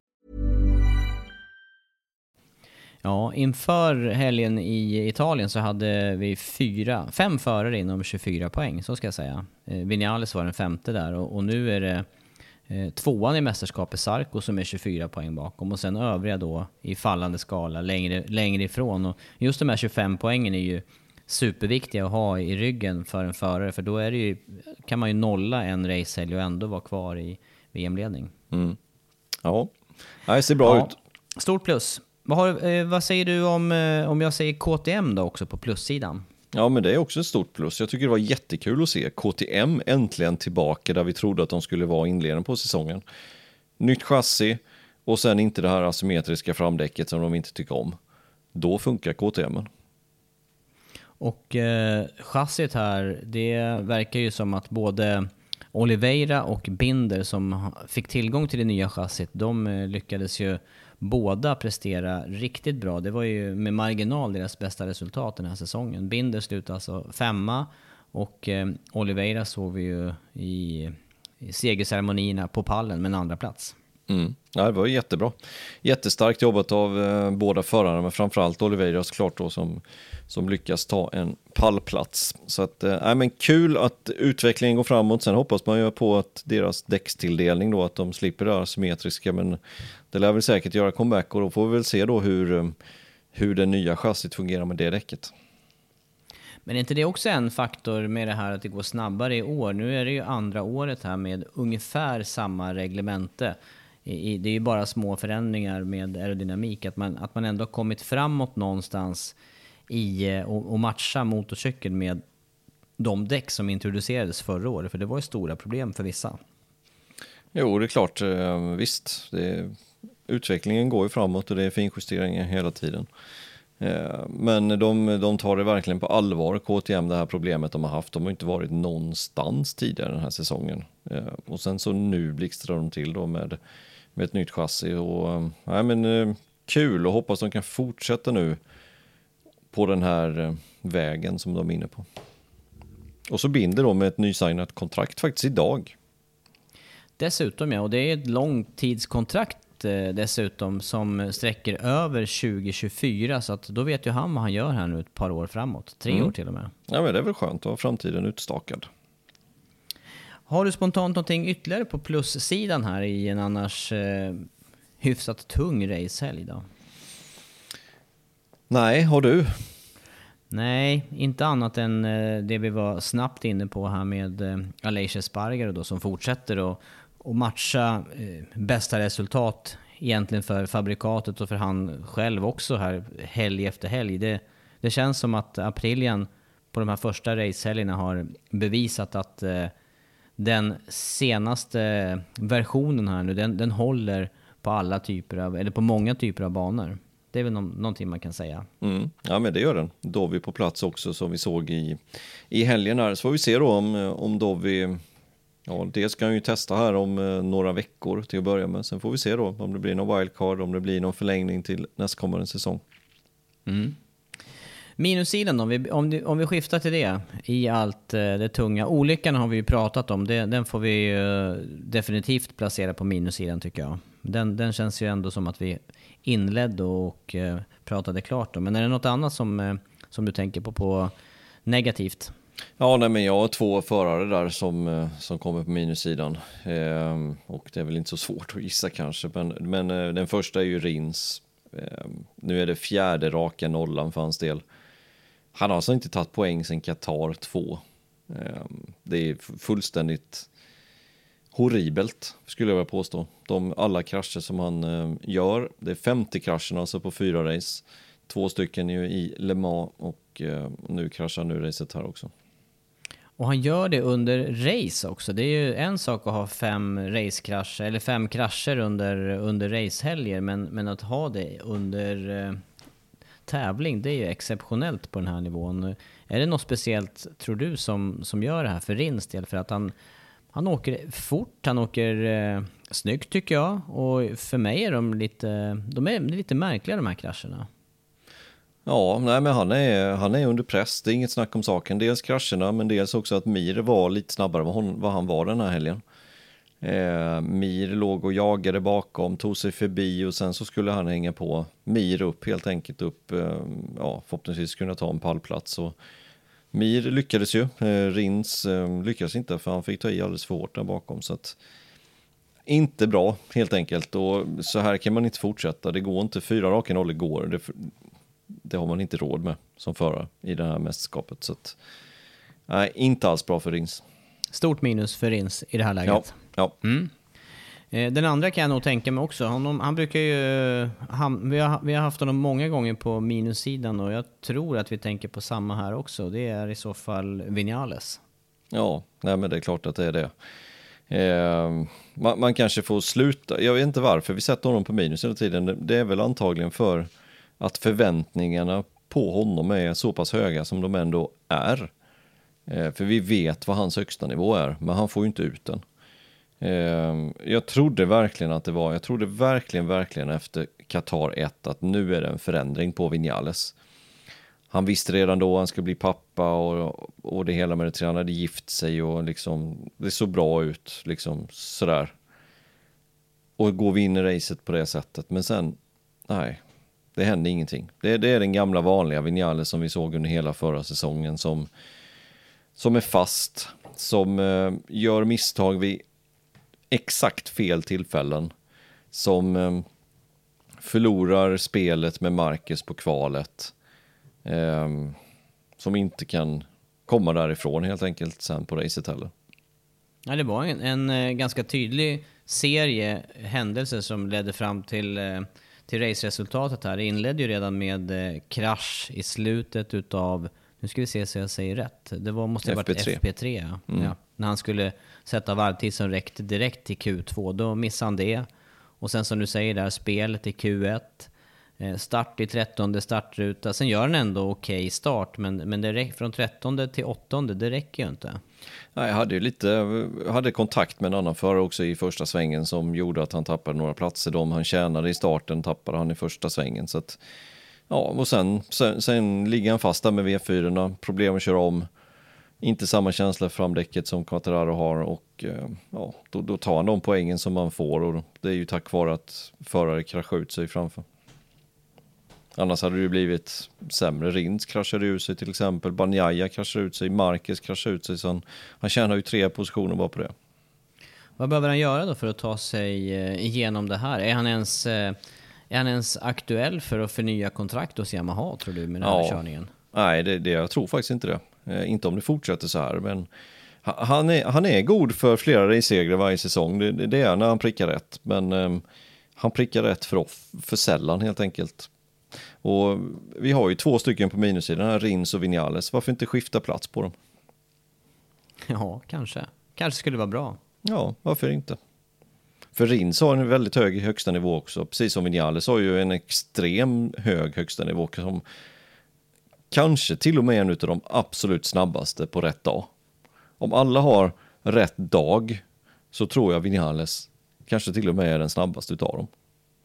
Ja, inför helgen i Italien så hade vi 5 förare inom 24 poäng, så ska jag säga. Vinales var den 5:e där, och nu är det 2:an i mästerskapet, Sarko, som är 24 poäng bakom, och sen övriga då i fallande skala längre ifrån. Och just de här 25 poängen är ju superviktiga att ha i ryggen för en förare, för då är det ju, kan man ju nolla en racehelg och ändå vara kvar i VM-ledning. Ja, det ser bra ut. Stort plus. Vad säger du om jag säger KTM då också på plussidan? Ja, men det är också ett stort plus. Jag tycker det var jättekul att se KTM äntligen tillbaka där vi trodde att de skulle vara inledande på säsongen. Nytt chassi och sen inte det här asymmetriska framdäcket som de inte tycker om. Då funkar KTM. Och chassit här, det verkar ju som att både Oliveira och Binder som fick tillgång till det nya chassit, de lyckades ju båda prestera riktigt bra. Det var ju med marginal deras bästa resultat den här säsongen. Binder slutade alltså 5:a och Oliveira såg vi ju i segerceremonierna på pallen med en andra plats. Ja, det var jättebra. Jättestarkt jobbat av båda förarna, men framförallt Oliveira såklart då, som lyckas ta en pallplats. Så att, men kul att utvecklingen går framåt. Sen hoppas man ju på att deras däckstilldelning då, att de slipper det här symmetriska, men det lär väl säkert göra comeback, och då får vi väl se då hur det nya chassit fungerar med det däcket. Men är inte det också en faktor med det här att det går snabbare i år? Nu är det ju andra året här med ungefär samma reglemente. Det är ju bara små förändringar med aerodynamik. Att man ändå har kommit framåt någonstans och matcha motorcykeln med de däck som introducerades förra året. För det var ju stora problem för vissa. Jo, det är klart. Visst. Utvecklingen går ju framåt och det är finjusteringar hela tiden. Men de tar det verkligen på allvar, KTM, det här problemet de har haft. De har inte varit någonstans tidigare den här säsongen. Och sen så nu blixtrar de till då med ett nytt chassi. Och, kul, och hoppas de kan fortsätta nu på den här vägen som de är inne på. Och så binder de med ett nysignat kontrakt faktiskt idag. Dessutom, ja, och det är ett långtidskontrakt dessutom som sträcker över 2024, så att då vet ju han vad han gör här nu ett par år framåt. 3 år till och med. Ja, men det är väl skönt att ha framtiden utstakad. Har du spontant någonting ytterligare på plussidan här i en annars hyfsat tung racehelg då? Nej, har du? Nej, inte annat än det vi var snabbt inne på här med Aleix Espargaro då, som fortsätter att matcha bästa resultat egentligen för fabrikatet och för han själv också här helg efter helg. Det känns som att Aprilia på de här första racehelgerna har bevisat att den senaste versionen här nu, den håller på alla typer av, eller på många typer av banor. Det är väl någonting man kan säga. Ja, men det gör den. Dovi på plats också, som vi såg i helgen här. Så får vi se då om Dovi... Ja, det ska han ju testa här om några veckor till att börja med. Sen får vi se då om det blir någon wildcard, om det blir någon förlängning till nästkommande säsong. Minussidan då, om vi skiftar till det, i allt det tunga. Olyckan har vi ju pratat om, den får vi definitivt placera på minussidan tycker jag. Den känns ju ändå som att vi inledde och pratade klart om. Men är det något annat som du tänker på negativt? Ja, nej, men jag har 2 förare där som kommer på minussidan. Och det är väl inte så svårt att gissa kanske. Men den första är ju Rins. Nu är det 4:e raka nollan för hans del. Han har alltså inte tagit poäng sedan Qatar 2. Det är fullständigt horribelt, skulle jag vilja påstå. Alla krascher som han gör, det är 50 krascher alltså på 4 race. 2 stycken ju i Le Mans och nu kraschar nu racet här också. Och han gör det under race också. Det är ju en sak att ha 5 racekrascher eller 5 krascher under racehelger, men att ha det under tävling, det är ju exceptionellt på den här nivån. Är det något speciellt, tror du, som gör det här för Rins del? För att han åker fort, han åker snyggt tycker jag. Och för mig är de är lite märkliga de här krascherna. Ja, nej, men han är under press, det är inget snack om saken. Dels krascherna, men dels också att Mir var lite snabbare vad han var den här helgen. Mir låg och jagade bakom, tog sig förbi och sen så skulle han hänga på Mir upp, helt enkelt upp, förhoppningsvis kunna ta en pallplats. Och Mir lyckades ju, Rins lyckades inte för han fick ta i alldeles för hårt där bakom, så att inte bra helt enkelt. Och så här kan man inte fortsätta, det går inte, 4 raka nollor går, det har man inte råd med som förare i det här mästerskapet. Så att, nej, inte alls bra för Rins. Stort minus för Rins i det här läget. Ja. Den andra kan jag nog tänka mig också. Han brukar ju... Vi har haft honom många gånger på minussidan och jag tror att vi tänker på samma här också. Det är i så fall Viñales. Ja, nej, men det är klart att det är det. Man kanske får sluta. Jag vet inte varför vi sätter honom på minus hela tiden. Det är väl antagligen för att förväntningarna på honom är så pass höga som de ändå är. För vi vet vad hans högsta nivå är, men han får ju inte ut den. Jag trodde verkligen efter Qatar 1 att nu är det en förändring på Viñales. Han visste redan då att han skulle bli pappa och det hela med det, han hade gift sig och liksom, det såg bra ut liksom sådär. Och går vi in i racet på det sättet, men sen, nej, det hände ingenting. Det är den gamla vanliga Viñales som vi såg under hela förra säsongen som är fast, som gör misstag vid exakt fel tillfällen, som förlorar spelet med Marquez på kvalet, som inte kan komma därifrån helt enkelt sen på racet heller. Ja, det var en ganska tydlig serie händelser som ledde fram till raceresultatet här. Det inledde ju redan med krasch i slutet utav, nu ska vi se så jag säger rätt, måste ha varit FP3 ja. Ja, när han skulle sätta varvtid som räckte direkt till Q2, då missade han det. Och sen som du säger där, spelet i Q1, start i 13:e startruta, sen gör han ändå okej start, men det från 13:e till 8:e, det räcker ju inte. Nej, jag hade kontakt med en annan förare också i första svängen som gjorde att han tappade några platser. De han tjänade i starten tappade han i första svängen, så att, ja, och sen ligger han fast där med V4-orna, problem att köra om. inte samma känsla framdäcket som Quartararo har och då tar han de poängen som man får och det är ju tack vare att förare kraschar ut sig framför. Annars hade det ju blivit sämre. Rins kraschade ut sig till exempel, Bagnaia kraschade ut sig, Marquez kraschade ut sig, så han tjänar ju 3 positioner bara på det. Vad behöver han göra då för att ta sig igenom det här? Är han ens aktuell för att förnya kontrakt hos Yamaha, tror du, med den här körningen? Nej, jag tror faktiskt inte det. Inte om det fortsätter så här, men han är god för flera racesegrar varje säsong. Det är när han prickar rätt, men han prickar rätt för sällan helt enkelt. Och vi har ju 2 stycken på minussidan här, Rins och Vinales. Varför inte skifta plats på dem? Ja, kanske skulle vara bra. Ja, varför inte? För Rins har en väldigt hög högsta nivå också. Precis som Vinales har ju en extrem hög högsta nivå som kanske till och med en av de absolut snabbaste på rätt dag. Om alla har rätt dag så tror jag Vinales kanske till och med är den snabbaste utav dem.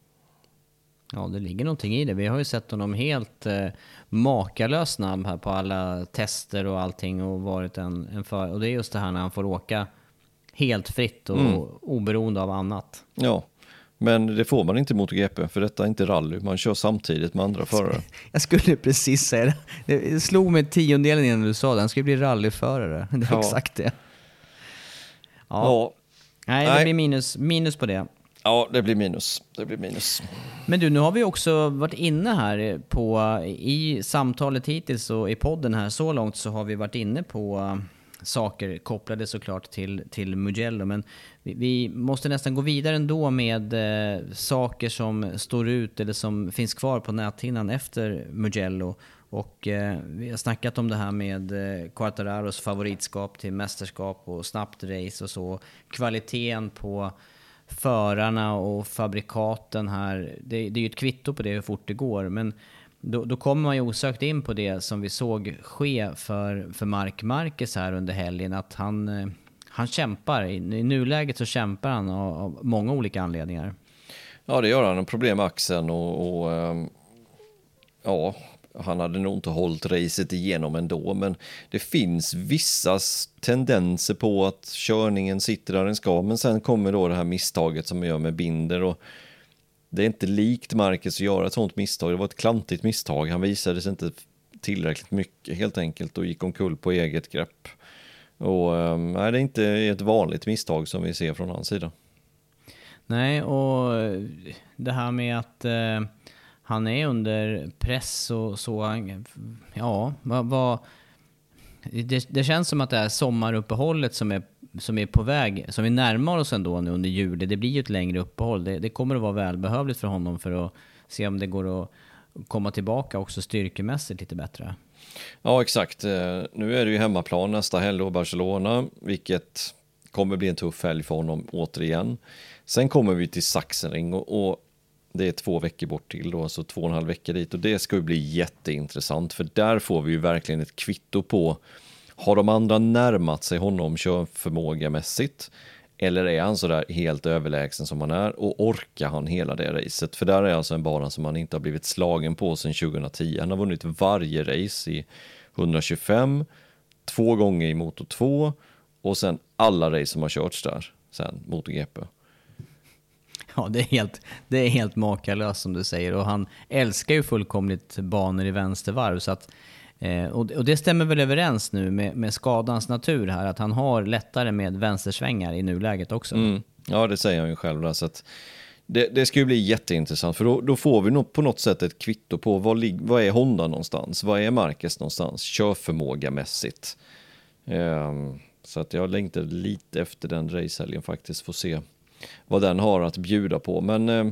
Ja, det ligger någonting i det. Vi har ju sett honom helt makalös snabb här på alla tester och allting och varit och det är just det här när han får åka helt fritt och oberoende av annat. Ja, men det får man inte i MotoGP för detta är inte rally. Man kör samtidigt med andra förare. Jag skulle precis säga det. Det slog mig 10:e innan du sa det. Han skulle bli rallyförare. Det är exakt det. Ja. Nej, det blir minus på det. Ja, det blir minus. Men du, nu har vi också varit inne här i samtalet hittills och i podden här så långt så har vi varit inne på saker kopplade såklart till Mugello, men vi måste nästan gå vidare ändå med saker som står ut eller som finns kvar på näthinnan efter Mugello. Och vi har snackat om det här med Quartararos favoritskap till mästerskap och snabbt race och så. Kvaliteten på förarna och fabrikaten här, det är ju ett kvitto på det hur fort det går, men då kommer man ju osökt in på det som vi såg ske för Marc Marquez här under helgen, att han kämpar. I nuläget så kämpar han av många olika anledningar. Ja, det gör han. Problem med axeln och han hade nog inte hållit racet igenom ändå, men det finns vissa tendenser på att körningen sitter där den ska, men sen kommer då det här misstaget som man gör med Binder och det är inte likt Marquez att göra ett sånt misstag. Det var ett klantigt misstag. Han visade sig inte tillräckligt mycket helt enkelt och gick omkull på eget grepp. Och det är inte ett vanligt misstag som vi ser från hans sida. Nej, och det här med att han är under press och så. Ja, det känns som att det här sommaruppehållet som är på väg, som vi närmar oss ändå nu under juli, det blir ju ett längre uppehåll. Det kommer att vara välbehövligt för honom för att se om det går att komma tillbaka också styrkemässigt lite bättre. Ja, exakt. Nu är det ju hemmaplan nästa helg och Barcelona, vilket kommer bli en tuff helg för honom återigen. Sen kommer vi till Sachsenring och det är 2 veckor bort till då, så 2,5 veckor dit, och det ska ju bli jätteintressant för där får vi ju verkligen ett kvitto på, har de andra närmat sig honom körförmågamässigt eller är han så där helt överlägsen som han är och orkar han hela det racet? För där är alltså en bana som han inte har blivit slagen på sedan 2010. Han har vunnit varje race i 125, 2 gånger i Moto 2 och sen alla race som har körts där sen MotoGP. Ja, det är helt makalöst som du säger, och han älskar ju fullkomligt banor i vänstervarv, så att och det stämmer väl överens nu med skadans natur här, att han har lättare med vänstersvängar i nuläget också. Ja, det säger han ju själv där, så att det ska ju bli jätteintressant, för då får vi nog på något sätt ett kvitto på vad är Honda någonstans, vad är Marquez någonstans körförmågamässigt. Så att jag längtar lite efter den racehelgen faktiskt, får se vad den har att bjuda på, men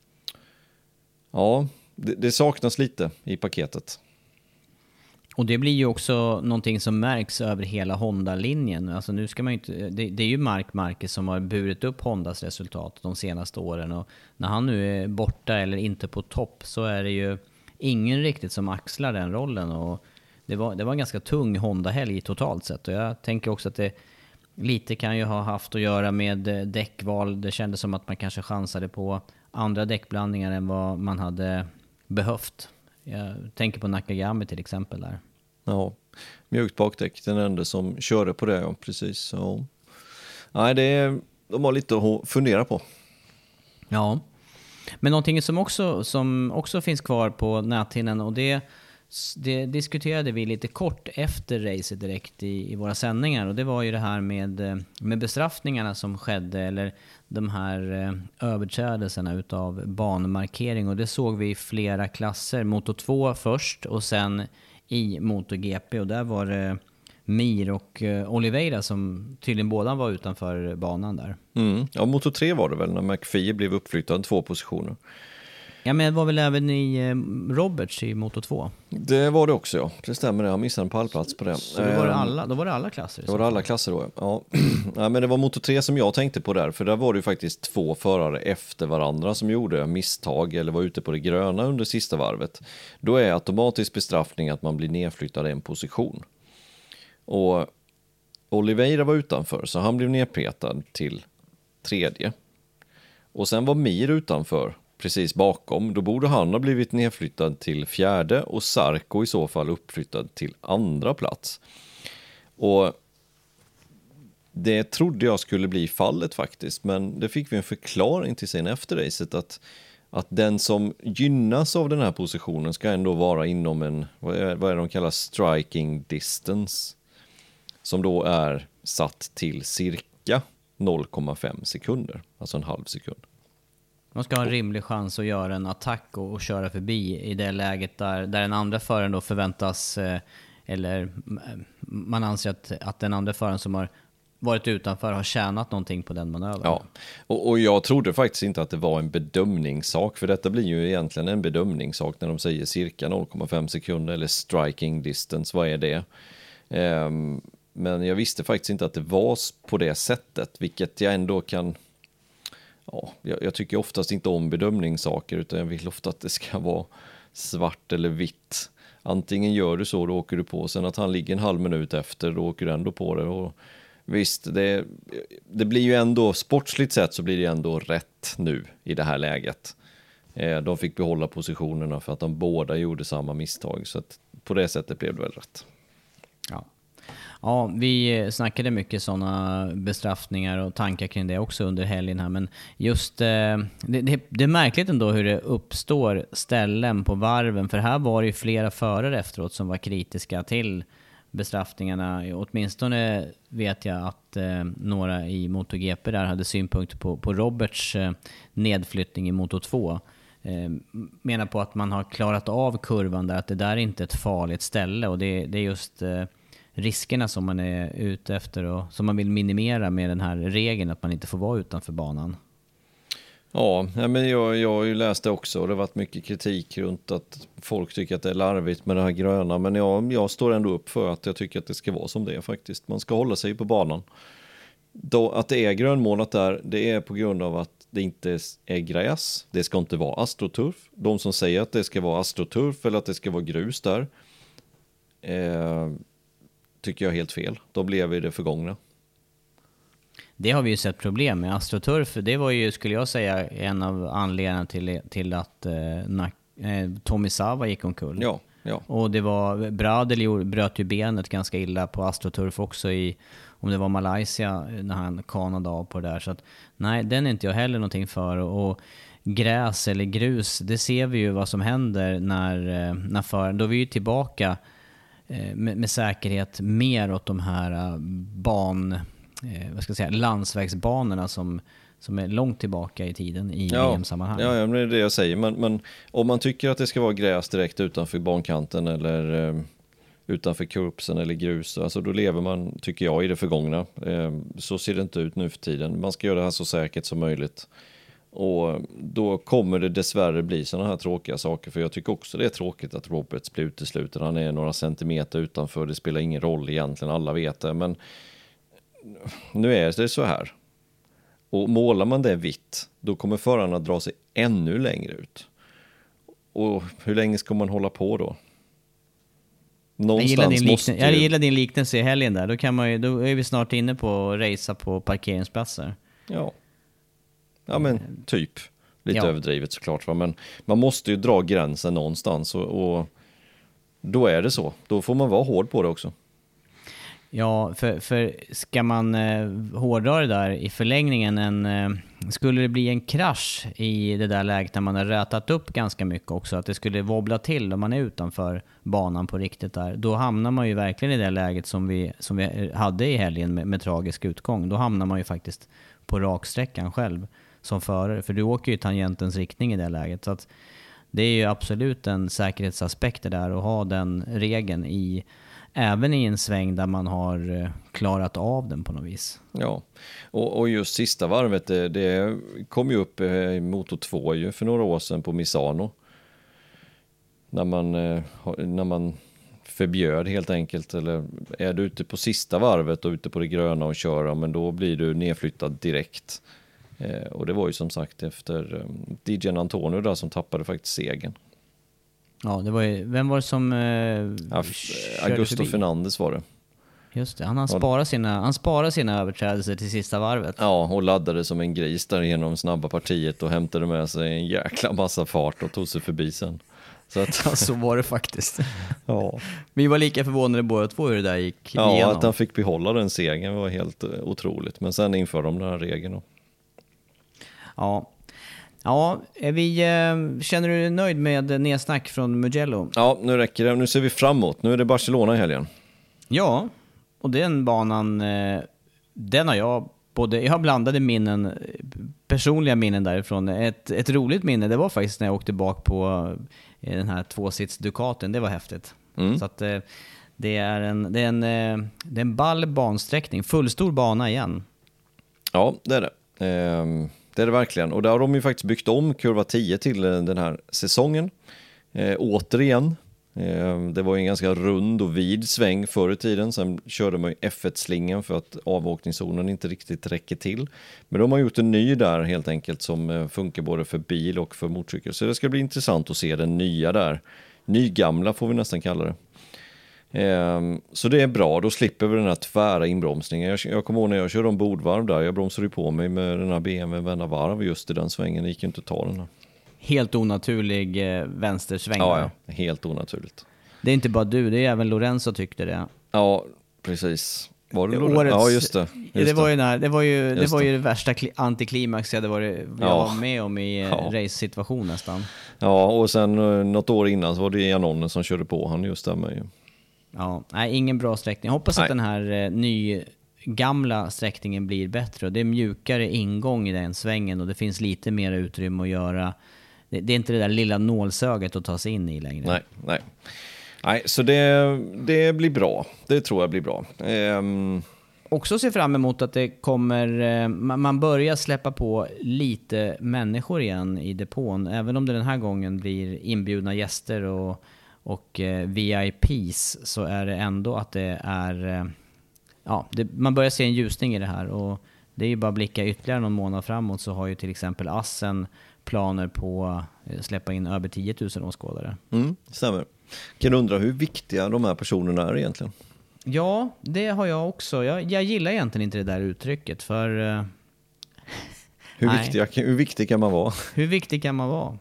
ja, det saknas lite i paketet. Och det blir ju också någonting som märks över hela Honda-linjen. Alltså nu ska man ju inte, det är ju Marc Marquez som har burit upp Hondas resultat de senaste åren, och när han nu är borta eller inte på topp så är det ju ingen riktigt som axlar den rollen, och det var en ganska tung Honda-helg totalt sett, och jag tänker också att det lite kan ju ha haft att göra med däckval. Det kändes som att man kanske chansade på andra däckblandningar än vad man hade behövt. Jag tänker på Nakagami till exempel där. Ja, mjukt bakdäck, den enda som körde på det, ja, precis. Så. Nej, de har lite att fundera på. Ja, men någonting som också finns kvar på näthinnan, och det diskuterade vi lite kort efter racet direkt i våra sändningar, och det var ju det här med bestraffningarna som skedde, eller de här överträdelserna utav banmarkering, och det såg vi i flera klasser. Moto 2 först och sen i MotoGP, och där var det Mir och Oliveira som tydligen båda var utanför banan där. Ja, Moto 3 var det väl när McPhee blev uppflyttad 2 positioner. Ja, men det var väl även i Roberts i Moto 2? Det var det också, ja. Det stämmer, jag missade en pallplats på det. Så då var det alla klasser? Då var det alla klasser då, ja. Ja, men det var Moto 3 som jag tänkte på där, för där var det ju faktiskt 2 förare efter varandra som gjorde misstag eller var ute på det gröna under sista varvet. Då är automatisk bestraffning att man blir nedflyttad i en position. Och Oliveira var utanför, så han blev nedpetad till 3:e. Och sen var Mir utanför, precis bakom. Då borde han ha blivit nedflyttad till 4:e och Sarko i så fall uppflyttad till 2:a plats. Och det trodde jag skulle bli fallet faktiskt, men det fick vi en förklaring till sen efter racet att den som gynnas av den här positionen ska ändå vara inom en, vad är de kallar striking distance, som då är satt till cirka 0,5 sekunder, alltså en halv sekund. Man ska ha en rimlig chans att göra en attack och köra förbi i det läget där den andra föraren då förväntas, eller man anser att den andra föraren som har varit utanför har tjänat någonting på den manövern. Ja, och jag trodde faktiskt inte att det var en bedömningssak, för detta blir ju egentligen en bedömningssak när de säger cirka 0,5 sekunder eller striking distance, vad är det? Men jag visste faktiskt inte att det var på det sättet, vilket jag ändå kan... Ja, jag tycker oftast inte om bedömningssaker, utan jag vill ofta att det ska vara svart eller vitt. Antingen gör du så, då åker du på. Sen att han ligger en halv minut efter, då åker du ändå på det. Och visst, det blir ju ändå, sportsligt sett så blir det ändå rätt nu i det här läget. De fick behålla positionerna för att de båda gjorde samma misstag. Så att på det sättet blev det väl rätt. Ja, vi snackade mycket sådana bestraffningar och tankar kring det också under helgen här, men just det är märkligt ändå hur det uppstår ställen på varven, för här var det ju flera förare efteråt som var kritiska till bestraffningarna. Åtminstone vet jag att några i MotoGP där hade synpunkter på Roberts nedflyttning i Moto 2. Menar på att man har klarat av kurvan där, att det där är inte ett farligt ställe, och det är just... riskerna som man är ute efter och som man vill minimera med den här regeln att man inte får vara utanför banan. Ja, men jag har ju läst det också, och det har varit mycket kritik runt att folk tycker att det är larvigt med det här gröna, men jag står ändå upp för att jag tycker att det ska vara som det är faktiskt. Man ska hålla sig på banan. Då, att det är grönmålat där, det är på grund av att det inte är gräs. Det ska inte vara astroturf. De som säger att det ska vara astroturf eller att det ska vara grus där tycker jag är helt fel. Då lever i det förgångna. Det har vi ju sett problem med. AstroTurf, det var ju, skulle jag säga, en av anledningarna till att Tomisawa gick omkull. Ja. Och det var, Bradel bröt ju benet ganska illa på AstroTurf också i, om det var Malaysia, när han kanade av på det där. Så att, nej, den är inte jag heller någonting för. Och gräs eller grus, det ser vi ju vad som händer när då är vi ju tillbaka med säkerhet mer åt de här landsvägsbanorna som är långt tillbaka i tiden i VM-sammanhang. Ja, men det är det jag säger. Men om man tycker att det ska vara gräs direkt utanför bankanten eller utanför kurbsen eller grus, alltså då lever man, tycker jag, i det förgångna. Så ser det inte ut nu för tiden. Man ska göra det här så säkert som möjligt. Och då kommer det dessvärre bli sådana här tråkiga saker, för jag tycker också det är tråkigt att Roberts blir utesluten. Han är några centimeter utanför, det spelar ingen roll egentligen, alla vet det, men nu är det så här. Och målar man det vitt, då kommer förarna dra sig ännu längre ut. Och hur länge ska man hålla på då? Jag gillar din liknelse i helgen där. Då är vi snart inne på att racea på parkeringsplatser. Ja, men typ. Lite överdrivet såklart. Men man måste ju dra gränsen någonstans. Och då är det så. Då får man vara hård på det också. Ja, för ska man hårdra det där i förlängningen, skulle det bli en krasch i det där läget när man har rätat upp ganska mycket också, att det skulle wobbla till om man är utanför banan på riktigt där, då hamnar man ju verkligen i det läget som vi hade i helgen med tragisk utgång. Då hamnar man ju faktiskt på raksträckan själv som förare, för du åker ju tangentens riktning i det läget. Så att det är ju absolut en säkerhetsaspekt där att ha den regeln även i en sväng där man har klarat av den på något vis. Ja, och just sista varvet, det kom ju upp i Moto 2 ju för några år sedan på Misano. När man förbjöd helt enkelt, eller är du ute på sista varvet och ute på det gröna och köra, men då blir du nedflyttad direkt. Och det var ju som sagt efter DJ Antonio där som tappade faktiskt segern. Ja, det var ju, vem var det som Augusto Fernandes var det. Just det, han sparar sina överträdelser till sista varvet. Ja, och laddade som en gris där genom snabba partiet och hämtade med sig en jäkla massa fart och tog sig förbi sen. Så, ja, så var det faktiskt. Ja. Vi var lika förvånade båda två hur det där gick igenom. Ja, att han fick behålla den segern var helt otroligt. Men sen införde de den här regeln. Ja. Ja, känner du dig nöjd med nedsnack från Mugello? Ja, nu räcker det. Nu ser vi framåt. Nu är det Barcelona i helgen. Ja, och den banan, den har jag har blandade minnen, personliga minnen därifrån. Ett roligt minne, det var faktiskt när jag åkte bak på den här tvåsits Ducaten. Det var häftigt. Så att det är en ball bansträckning, fullstor bana igen. Ja, det är det. Det är det verkligen. Och där har de ju faktiskt byggt om kurva 10 till den här säsongen. Återigen. Det var ju en ganska rund och vid sväng förr i tiden. Sen körde man ju F1-slingan för att avåkningszonen inte riktigt räcker till. Men de har gjort en ny där helt enkelt som funkar både för bil och för motorcykel. Så det ska bli intressant att se den nya där. Nygamla får vi nästan kalla det. Så det är bra, då slipper vi den här tvära inbromsningen. Jag kommer ihåg när jag körde om bordvarv där, jag bromsade på mig med den här BMW vända varv just i den svängen, det gick inte att ta den här. Helt onaturlig vänstersväng. Ja, helt onaturligt. Det är inte bara du, det är även Lorenzo tyckte det. Ja, precis. Var det Lorenzo? Ja, just det. Det var ju det värsta antiklimax jag var med om i race-situation nästan. Ja, och sen något år innan så var det Janonen som körde på han just där med. Ja, nej, ingen bra sträckning. Jag hoppas att den här gamla sträckningen blir bättre. Och det är mjukare ingång i den svängen och det finns lite mer utrymme att göra. Det är inte det där lilla nålsöget att ta sig in i längre. Nej, så det blir bra. Det tror jag blir bra. Också se fram emot att det kommer, man börjar släppa på lite människor igen i depån. Även om det den här gången blir inbjudna gäster och VIPs, så är det ändå att det är man börjar se en ljusning i det här, och det är ju bara att blicka ytterligare någon månad framåt, så har ju till exempel Assen planer på att släppa in över 10 000 åskådare. Stämmer. Kan du undra hur viktiga de här personerna är egentligen? Ja, det har jag också. Jag gillar egentligen inte det där uttrycket, för hur viktig kan man vara? Hur viktig kan man vara?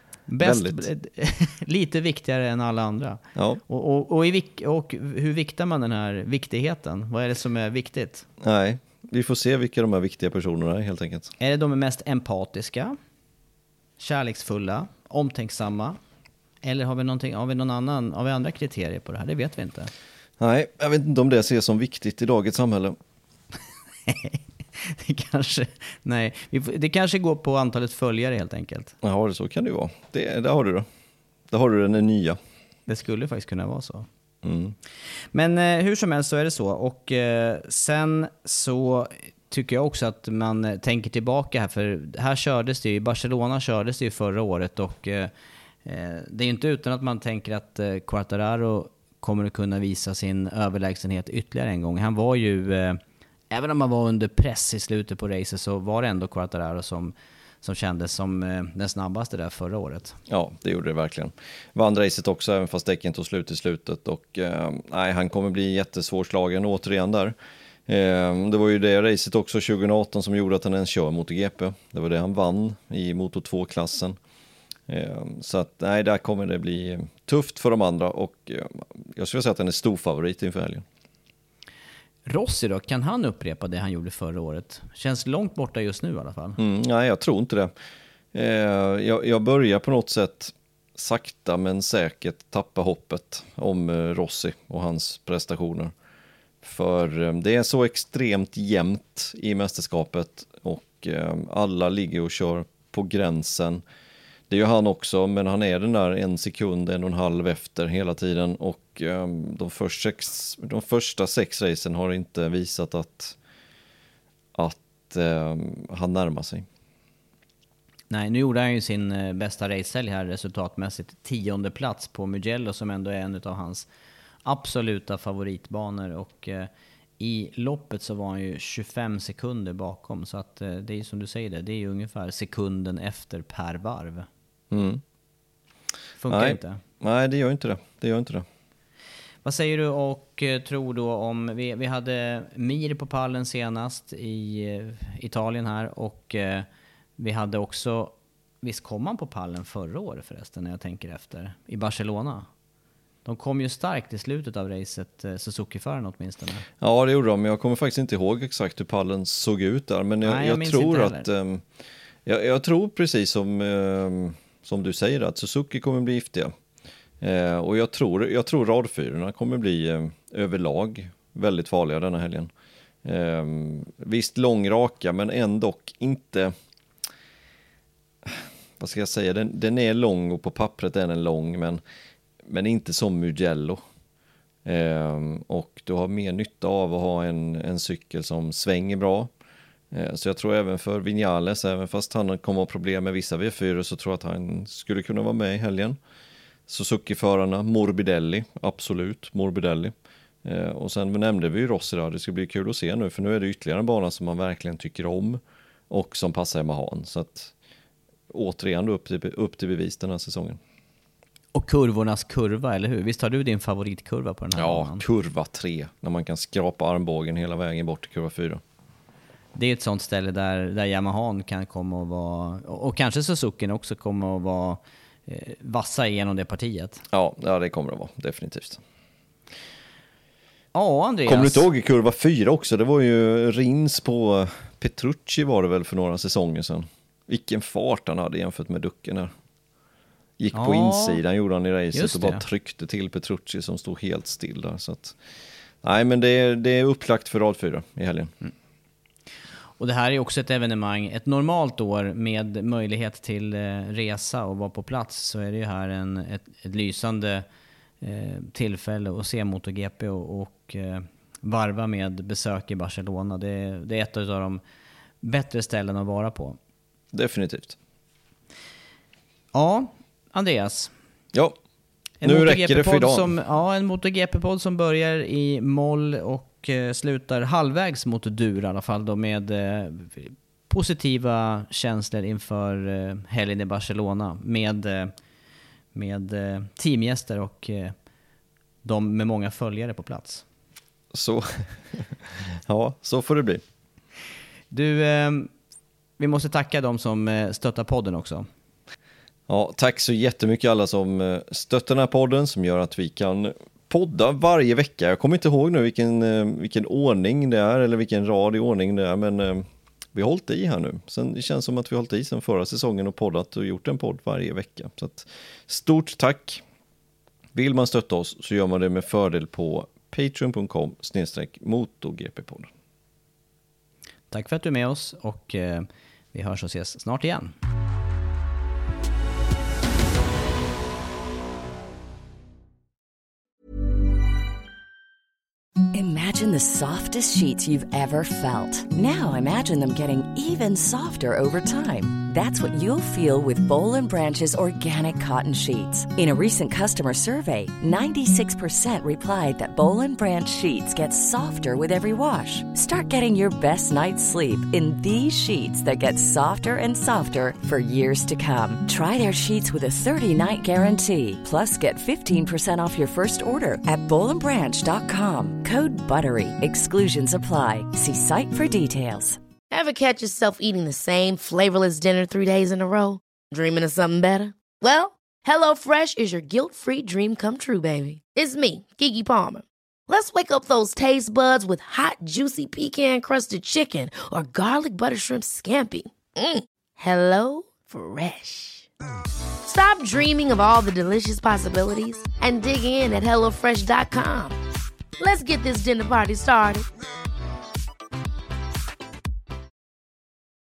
Lite viktigare än alla andra. Ja. Och hur viktar man den här viktigheten? Vad är det som är viktigt? Nej, vi får se vilka de här viktiga personerna är helt enkelt. Är det de mest empatiska, kärleksfulla, omtänksamma? Eller har vi andra kriterier på det här? Det vet vi inte. Nej, jag vet inte om det ses som viktigt i dagens samhälle. Det kanske går på antalet följare helt enkelt. Ja, det så kan det vara. Där har du det. Där har du den nya. Det skulle faktiskt kunna vara så. Men hur som helst så är det så. Och sen så tycker jag också att man tänker tillbaka här. För här kördes det ju, i Barcelona kördes det ju förra året. Och det är inte utan att man tänker att Quartararo kommer att kunna visa sin överlägsenhet ytterligare en gång. Han var ju... Även om han var under press i slutet på racet, så var det ändå Quartararo som kändes som den snabbaste där förra året. Ja, det gjorde det verkligen. Vann racet också, även fast däcken tog slut i slutet. Och han kommer bli jättesvårslagen återigen där. Det var ju det racet också 2018 som gjorde att han ens kör MotoGP. Det var det han vann i Moto2-klassen. Så att nej, där kommer det bli tufft för de andra och jag skulle säga att den är stor favorit inför helgen. Rossi då, kan han upprepa det han gjorde förra året? Känns långt borta just nu i alla fall. Nej, jag tror inte det. Jag börjar på något sätt sakta men säkert tappa hoppet om Rossi och hans prestationer. För det är så extremt jämnt i mästerskapet och alla ligger och kör på gränsen. Det gör han också, men han är den där 1 sekund, 1,5 efter hela tiden och de första 6 racen har inte visat att han närmar sig. Nej, nu gjorde han ju sin bästa racehelg här resultatmässigt, 10:e plats på Mugello som ändå är en av hans absoluta favoritbanor och i loppet så var han ju 25 sekunder bakom så att det är som du säger det är ju ungefär sekunden efter per varv. Funkar inte. Nej, det gör inte det. Vad säger du och tror då om vi hade Mir på pallen senast i Italien här och vi hade också, visst kom han på pallen förra året förresten när jag tänker efter, i Barcelona. De kom ju starkt i slutet av racet, Suzuki-föraren åtminstone. Ja, det gjorde de. Jag kommer faktiskt inte ihåg exakt hur pallen såg ut där. Men jag tror att jag tror precis som du säger att Suzuki kommer bli giftiga. Och jag tror radfyrorna kommer bli överlag väldigt farliga denna helgen. Visst lång raka, men ändå inte... Vad ska jag säga? Den är lång och på pappret är den lång, men inte som Mugello. Och du har mer nytta av att ha en cykel som svänger bra. Så jag tror även för Viñales, även fast han kommer ha problem med vissa V4 så tror jag att han skulle kunna vara med i helgen. Suzuki-förarna, Morbidelli, absolut, Morbidelli. Och sen nämnde vi ju Rossi där, det ska bli kul att se nu för nu är det ytterligare en bana som man verkligen tycker om och som passar Yamahan. Så att återigen upp till bevis den här säsongen. Och kurvornas kurva, eller hur? Visst har du din favoritkurva på den här banan? Ja, kurva 3, när man kan skrapa armbågen hela vägen bort till kurva 4. Det är ett sånt ställe där Yamahan kan komma och vara, och kanske Suzuki också kommer att vara vassa igenom det partiet. Ja, det kommer det vara, definitivt. Ja, Andreas. Kommer du inte ihåg i kurva 4 också? Det var ju Rins på Petrucci var det väl för några säsonger sedan. Vilken fart han hade jämfört med ducken här. Gick på insidan, gjorde han i racet och bara tryckte till Petrucci som stod helt still där. Så att, nej, men det är upplagt för rad 4 i helgen. Mm. Och det här är också ett evenemang, ett normalt år med möjlighet till resa och vara på plats, så är det ju här ett lysande tillfälle att se MotoGP och varva med besök i Barcelona. Det är ett av de bättre ställen att vara på. Definitivt. Ja, Andreas. Ja, nu räcker det för idag. En MotoGP-podd som börjar i moll och slutar halvvägs mot dur i alla fall då, med positiva känslor inför helgen i Barcelona med teamgäster och de med många följare på plats. Så ja, så får det bli. Du, vi måste tacka de som stöttar podden också. Ja, tack så jättemycket alla som stöttar den här podden som gör att vi kan podda varje vecka. Jag kommer inte ihåg nu vilken ordning det är eller vilken rad i ordning det är, men vi har hållit i här nu. Sen, det känns som att vi har hållit i sen förra säsongen och poddat och gjort en podd varje vecka. Så att, stort tack! Vill man stötta oss så gör man det med fördel på patreon.com/MotoGP-podden. Tack för att du är med oss och vi hörs och ses snart igen. Imagine the softest sheets you've ever felt. Now imagine them getting even softer over time. That's what you'll feel with Boll & Branch's organic cotton sheets. In a recent customer survey, 96% replied that Boll & Branch sheets get softer with every wash. Start getting your best night's sleep in these sheets that get softer and softer for years to come. Try their sheets with a 30-night guarantee. Plus, get 15% off your first order at bollandbranch.com. Code BUTTERY. Exclusions apply. See site for details. Ever catch yourself eating the same flavorless dinner 3 days in a row? Dreaming of something better? Well, HelloFresh is your guilt-free dream come true, baby. It's me, Keke Palmer. Let's wake up those taste buds with hot, juicy pecan-crusted chicken or garlic butter shrimp scampi. Hello Fresh. Stop dreaming of all the delicious possibilities and dig in at HelloFresh.com. Let's get this dinner party started.